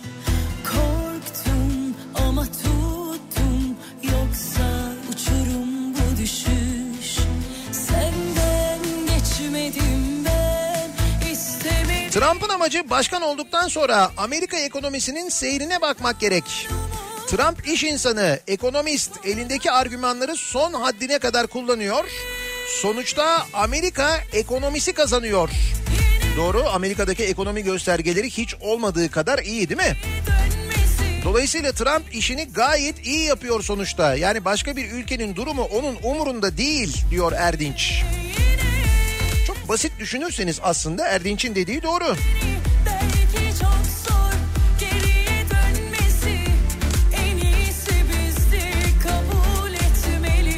Korktum ama tuttum, yoksa uçurum bu düşüş. Senden geçmedim ben, istemedim. Trump'ın amacı başkan olduktan sonra Amerika ekonomisinin seyrine bakmak gerek. Trump iş insanı, ekonomist, elindeki argümanları son haddine kadar kullanıyor. Sonuçta Amerika ekonomisi kazanıyor. Doğru, Amerika'daki ekonomi göstergeleri hiç olmadığı kadar iyi değil mi? Dolayısıyla Trump işini gayet iyi yapıyor sonuçta. Yani başka bir ülkenin durumu onun umurunda değil diyor Erdinç. Çok basit düşünürseniz aslında Erdinç'in dediği doğru. Belki çok zor geriye dönmesi, en iyisi bizde kabul etmeli.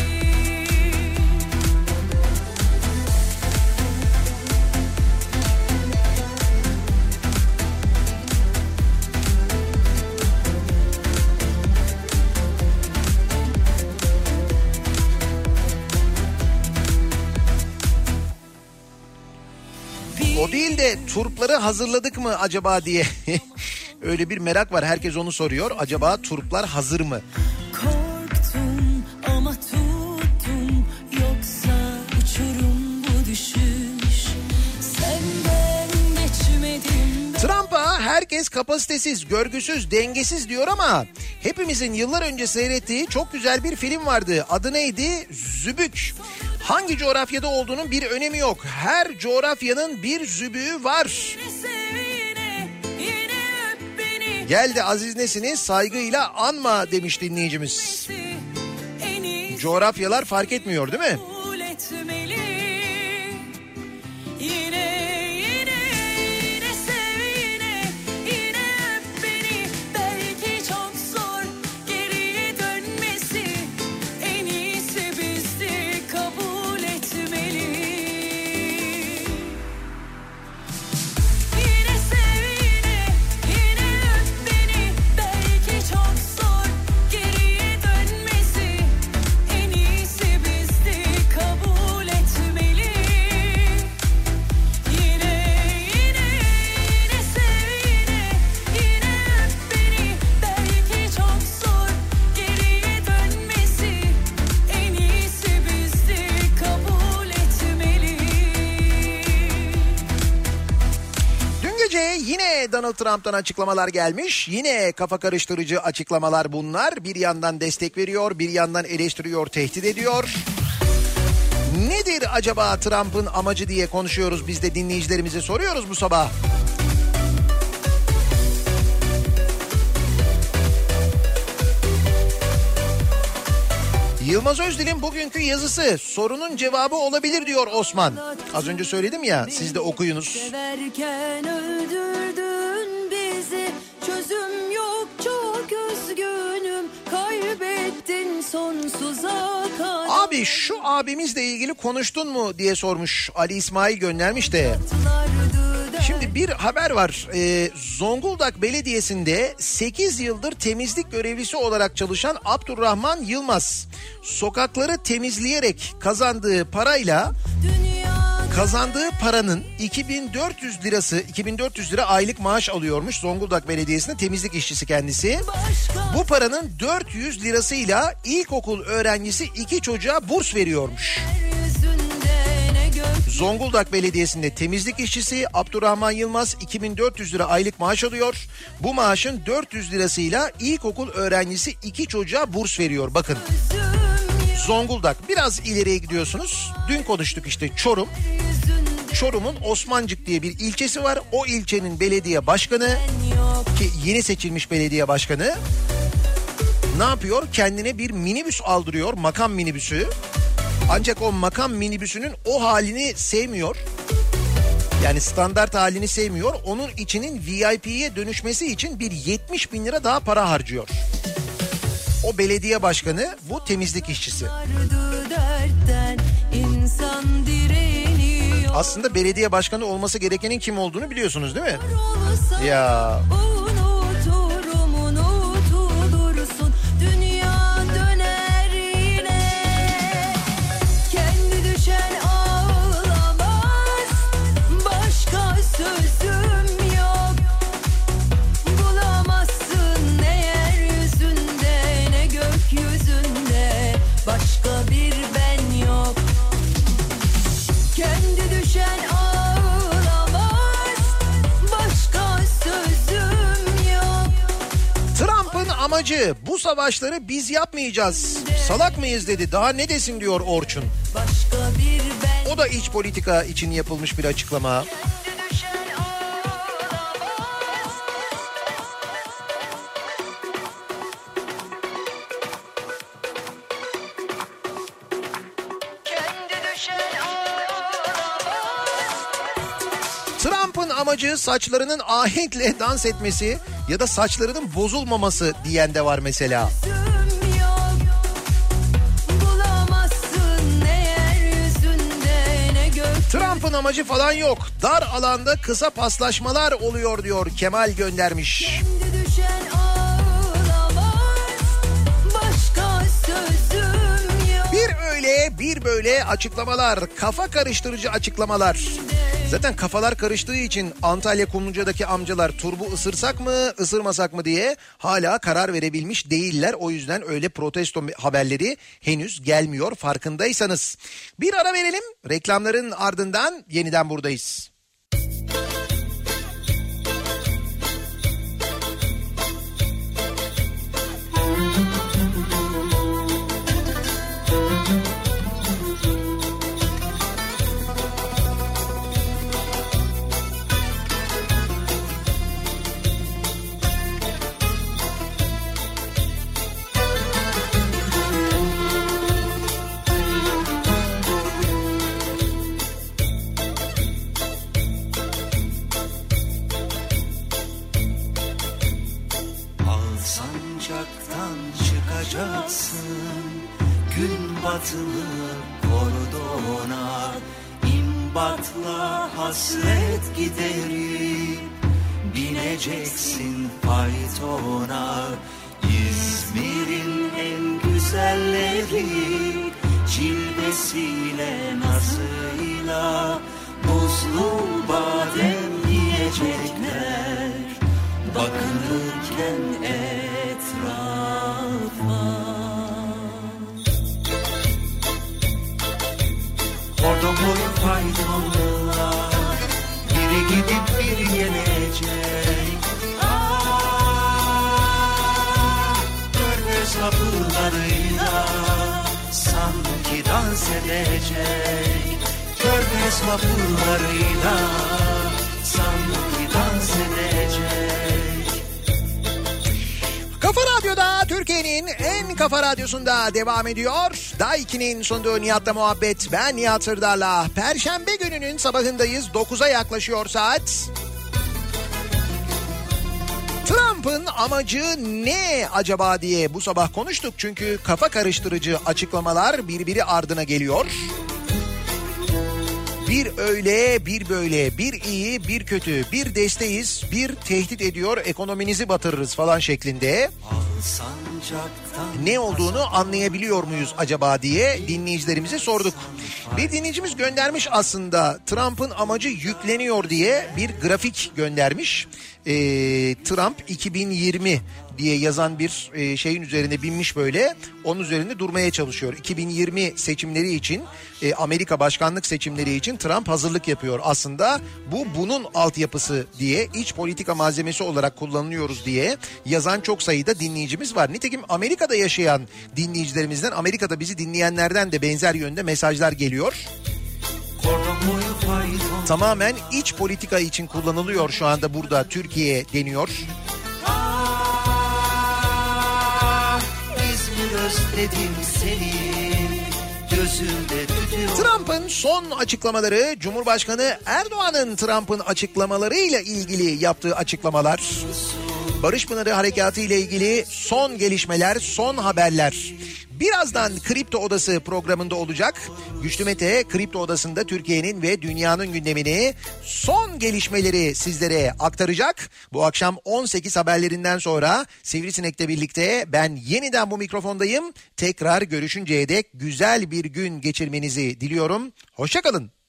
O değil de turpları hazırladık mı acaba diye. Öyle bir merak var, herkes onu soruyor. Acaba turplar hazır mı? Korktum ama tuttum, yoksa uçurum bu düşüş. Senden geçmedim ben. Trump'a herkes kapasitesiz, görgüsüz, dengesiz diyor ama hepimizin yıllar önce seyrettiği çok güzel bir film vardı. Adı neydi? Zübük. Hangi coğrafyada olduğunun bir önemi yok. Her coğrafyanın bir zübüğü var. Gel de Aziz Nesin'i saygıyla anma demiş dinleyicimiz. Coğrafyalar fark etmiyor değil mi? Donald Trump'tan açıklamalar gelmiş. Yine kafa karıştırıcı açıklamalar bunlar. Bir yandan destek veriyor, bir yandan eleştiriyor, tehdit ediyor. Nedir acaba Trump'ın amacı diye konuşuyoruz. Biz de dinleyicilerimize soruyoruz bu sabah. Yılmaz Özdil'in bugünkü yazısı sorunun cevabı olabilir diyor Osman. Az önce söyledim ya, siz de okuyunuz. Severken öldürdün bizi, çözüm yok çok üzgünüm, kaybettin sonsuza kadar. Abi şu abimizle ilgili konuştun mu diye sormuş Ali İsmail, göndermiş de. Şimdi bir haber var. Zonguldak Belediyesi'nde 8 yıldır temizlik görevlisi olarak çalışan Abdurrahman Yılmaz sokakları temizleyerek kazandığı paranın 2400 lira aylık maaş alıyormuş. Zonguldak Belediyesi'nde temizlik işçisi kendisi. Bu paranın 400 lirasıyla ilkokul öğrencisi 2 çocuğa burs veriyormuş. Zonguldak Belediyesi'nde temizlik işçisi Abdurrahman Yılmaz 2400 lira aylık maaş alıyor. Bu maaşın 400 lirasıyla ilkokul öğrencisi 2 çocuğa burs veriyor. Bakın, Zonguldak, biraz ileriye gidiyorsunuz. Dün konuştuk işte Çorum. Çorum'un Osmancık diye bir ilçesi var. O ilçenin belediye başkanı, ki yeni seçilmiş belediye başkanı, ne yapıyor? Kendine bir minibüs aldırıyor, makam minibüsü. Ancak o makam minibüsünün o halini sevmiyor. Yani standart halini sevmiyor. Onun içinin VIP'ye dönüşmesi için bir 70 bin lira daha para harcıyor. O belediye başkanı, bu temizlik işçisi. Aslında belediye başkanı olması gerekenin kim olduğunu biliyorsunuz değil mi? Ya... Amacı bu savaşları biz yapmayacağız. Salak mıyız dedi. Daha ne desin diyor Orçun. O da iç politika için yapılmış bir açıklama. Trump'ın amacı saçlarının ahenkle dans etmesi ya da saçlarının bozulmaması diyen de var mesela. Trump'ın amacı falan yok. Dar alanda kısa paslaşmalar oluyor diyor Kemal, göndermiş. Bir öyle bir böyle açıklamalar, kafa karıştırıcı açıklamalar. Zaten kafalar karıştığı için Antalya Kumluca'daki amcalar turbu ısırsak mı ısırmasak mı diye hala karar verebilmiş değiller. O yüzden öyle protesto haberleri henüz gelmiyor, farkındaysanız. Bir ara verelim, reklamların ardından yeniden buradayız. Gün batımı kordona, imbatla hasret giderip bineceksin faytona. İzmir'in en güzelleri cilvesiyle nazıyla buzlu badem yiyecekler bakınırken etrafa. Orada boyu faydalılar, biri gidip biri gelecek. vapurlarıyla sanki dans edecek. Körfez vapurlarıyla sanki dans edecek. Kafa Radyo'da, Türkiye'nin en kafa radyosunda devam ediyor. Daiki'nin sunduğu Nihat'la muhabbet. Ben Nihat Sırdar'la. Perşembe gününün sabahındayız. 9'a yaklaşıyor saat. Trump'ın amacı ne acaba diye bu sabah konuştuk. Çünkü kafa karıştırıcı açıklamalar birbiri ardına geliyor. Bir öyle, bir böyle, bir iyi, bir kötü, bir desteğiz, bir tehdit ediyor, ekonominizi batırırız falan şeklinde. Ne olduğunu anlayabiliyor muyuz acaba diye dinleyicilerimize sorduk. Bir dinleyicimiz göndermiş aslında, Trump'ın amacı yükleniyor diye bir grafik göndermiş. Trump 2020 diye yazan bir şeyin üzerine binmiş böyle. Onun üzerinde durmaya çalışıyor. 2020 seçimleri için, Amerika başkanlık seçimleri için Trump hazırlık yapıyor. Aslında bu bunun altyapısı diye, iç politika malzemesi olarak kullanılıyoruz diye yazan çok sayıda dinleyicimiz var. Nitekim Amerika'da yaşayan dinleyicilerimizden, Amerika'da bizi dinleyenlerden de benzer yönde mesajlar geliyor. Tamamen iç politika için kullanılıyor şu anda burada Türkiye deniyor. Trump'ın son açıklamaları, Cumhurbaşkanı Erdoğan'ın Trump'ın açıklamalarıyla ilgili yaptığı açıklamalar, Barış Pınarı Harekatı ile ilgili son gelişmeler, son haberler. Birazdan Kripto Odası programında olacak. Güçlü Mete Kripto Odası'nda Türkiye'nin ve dünyanın gündemini, son gelişmeleri sizlere aktaracak. Bu akşam 18 haberlerinden sonra Sivrisinek'le birlikte ben yeniden bu mikrofondayım. Tekrar görüşünceye dek güzel bir gün geçirmenizi diliyorum. Hoşça kalın.